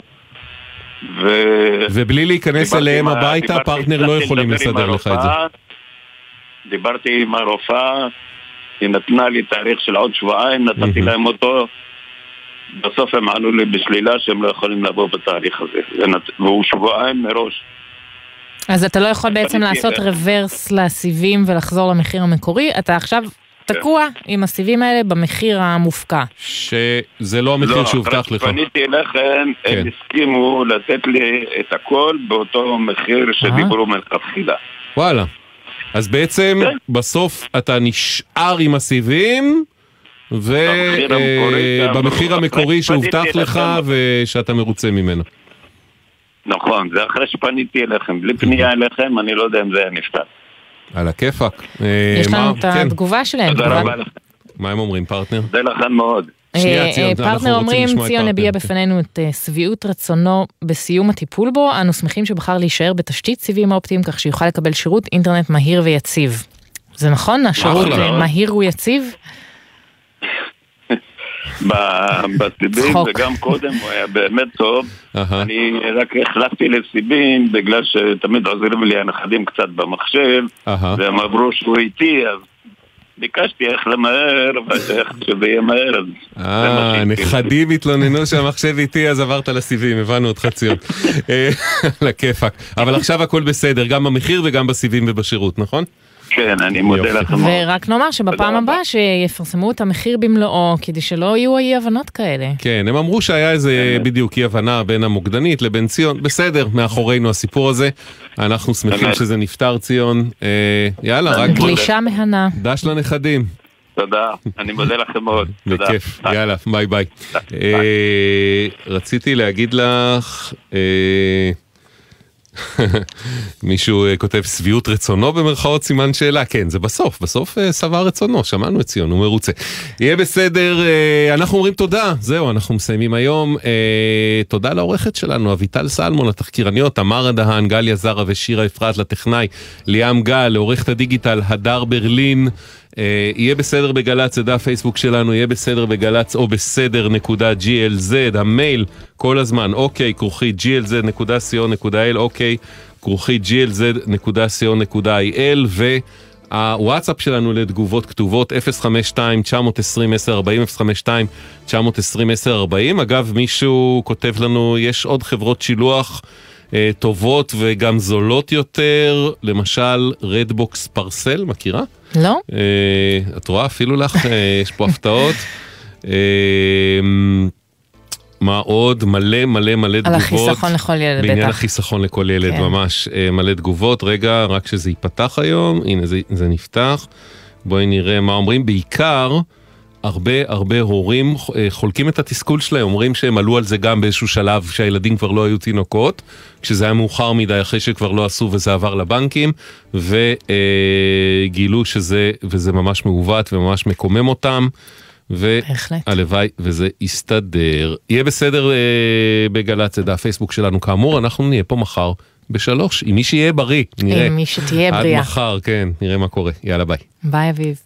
ובלי להיכנס אליהם הביתה, הפרטנר לא יכולים לסדר לך את זה. דיברתי עם הרופאה, היא נתנה לי תאריך של עוד שבועיים, נתתי להם אותו, בסוף הם ענו לי בשלילה שהם לא יכולים לבוא בתאריך הזה, והוא שבועיים מראש. אז אתה לא יכול בעצם לעשות רוורס לסיבים ולחזור למחיר המקורי, אתה עכשיו תקוע עם הסיבים האלה במחיר המופקע. שזה לא המחיר שהובטח לך. פניתי אליכם, הם הסכימו לתת לי את הכל באותו מחיר שדיברו מלכתחילה. וואלה. אז בעצם בסוף אתה נשאר עם הסיבים ובמחיר המקורי שהובטח לך ושאתה מרוצה ממנו. נכון, זה אחרי שפניתי אליכם. בלי פנייה אליכם, אני לא יודע אם זה היה נפתר. על הכיפק. יש לנו את התגובה שלהם. תודה רבה לכם. מה הם אומרים, פרטנר? זה לכם מאוד. פרטנר אומרים, ציון הביע בפנינו את שביעות רצונו בסיום הטיפול בו, אנו שמחים שבחר להישאר בתשתית סיבים אופטיים, כך שיוכל לקבל שירות אינטרנט מהיר ויציב. זה נכון? השירות מהיר ויציב? בסיבים וגם קודם הוא היה באמת טוב. אני רק החלפתי לסיבים בגלל שתמיד עוזרים לי הנכדים קצת במחשב, והם עברו שהוא איתי, אז ביקשתי איך למהר ואיך שזה יהיה מהר. נכדים התלוננו שהמחשב איתי, אז עברת לסיבים, הבנו אותך ציון. לכיפק. אבל עכשיו הכל בסדר, גם במחיר וגם בסיבים ובשירות, נכון? כן, אני מודה לכם. ורק נאמר שבפעם הבאה שיפרסמו את המחיר במלואו, כדי שלא יהיו אי הבנות כאלה. כן, הם אמרו שהיה איזה בדיוק אי הבנה בין המוקדנית לבין ציון. בסדר, מאחורינו הסיפור הזה. אנחנו שמחים שזה נפטר, ציון. יאללה, רק גלישה מהנה. דש לנכדים. תודה, אני מודה לכם מאוד. בכיף, יאללה, ביי ביי. רציתי להגיד לך... מישהו כותב שביעות רצונו במרכאות סימן שאלה, כן, זה בסוף סבר רצונו, שמענו את ציון, הוא מרוצה. יהיה בסדר, אנחנו אומרים תודה, זהו, אנחנו מסיימים היום. תודה לעורכת שלנו, אביטל סלמון, התחקירניות, תמר הדהן, גליה זרה ושירה אפרת, לטכנאי, ליאם גל, לעורכת הדיגיטל, הדר ברלין. יהיה בסדר בגלץ, זה דף פייסבוק שלנו, יהיה בסדר בגלץ או בסדר.glz, המייל כל הזמן, אוקיי, כרוכי glz.co.il, אוקיי, כרוכי glz.co.il, והוואטסאפ שלנו לתגובות כתובות 052-920-1040, 052-920-1040. אגב, מישהו כותב לנו, יש עוד חברות שילוח טובות וגם זולות יותר, למשל רדבוקס פרסל, מכירה? לא. את רואה אפילו לך, יש פה הפתעות. מה עוד? מלא תגובות. על החיסכון לכל ילד, בטח. בעניין החיסכון לכל ילד, ממש מלא תגובות. רגע, רק שזה ייפתח היום. הנה, זה נפתח. בואי נראה מה אומרים. בעיקר, הרבה הורים חולקים את התסכול שלהם, אומרים שהם עלו על זה גם באיזשהו שלב שהילדים כבר לא היו תינוקות, כשזה היה מאוחר מדי אחרי שכבר לא עשו וזה עבר לבנקים, וגילו שזה, וזה ממש מעוות וממש מקומם אותם, והלוואי וזה יסתדר. יהיה בסדר בגל"צ, זה הפייסבוק שלנו כאמור, אנחנו נהיה פה מחר ב3, עם מי שיהיה בריא, נראה. עם מי שתהיה בריאה. עד מחר, כן, נראה מה קורה. יאללה, ביי. ביי אביב.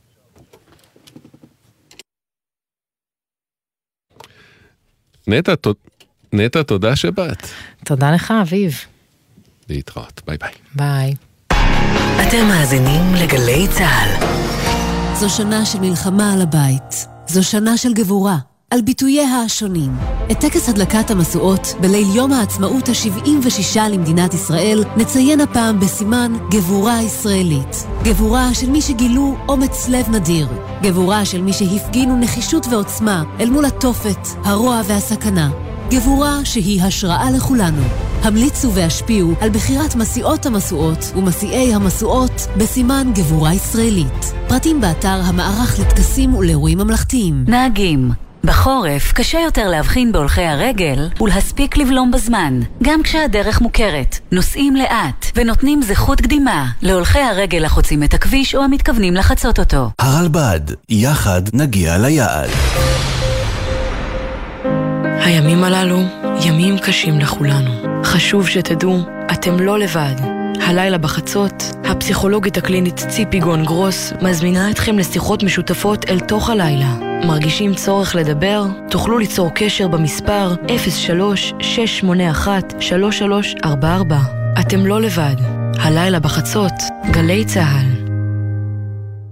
נטע, תודה שבאת. תודה לך, אביב. להתראות, ביי ביי. ביי. אתם מאזינים לגלי צהל. זו שנה של מלחמה על הבית. זו שנה של גבורה, על ביטוייה השונים. את טקס הדלקת המשואות בליל יום העצמאות ה-76 למדינת ישראל נציין הפעם בסימן גבורה ישראלית. גבורה של מי שגילו אומץ לב נדיר. גבורה של מי שהפגינו נחישות ועוצמה אל מול התופת, הרוע והסכנה. גבורה שהיא השראה לכולנו. המליצו והשפיעו על בחירת מסיעות המשואות ומסיעי המשואות בסימן גבורה ישראלית. פרטים באתר המערך לטקסים ולאירועים ממלכתיים. נהגים, בחורף קשה יותר להבחין בהולכי הרגל ולהספיק לבלום בזמן, גם כשהדרך מוכרת. נוסעים לאט ונותנים זכות קדימה להולכי הרגל החוצים את הכביש או המתכוונים לחצות אותו. הרלב"ד, יחד נגיע ליעד. הימים הללו ימים קשים לכולנו. חשוב שתדעו, אתם לא לבד. הלילה בחצות, הפסיכולוגית הקלינית ציפי גון גרוס מזמינה אתכם לשיחות משותפות אל תוך הלילה. מרגישים צורך לדבר? תוכלו ליצור קשר במספר 03-681-3344. אתם לא לבד. הלילה בחצות, גלי צהל.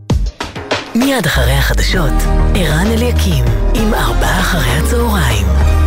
מיד אחרי החדשות, ערן אליקים עם 4 אחרי הצהריים.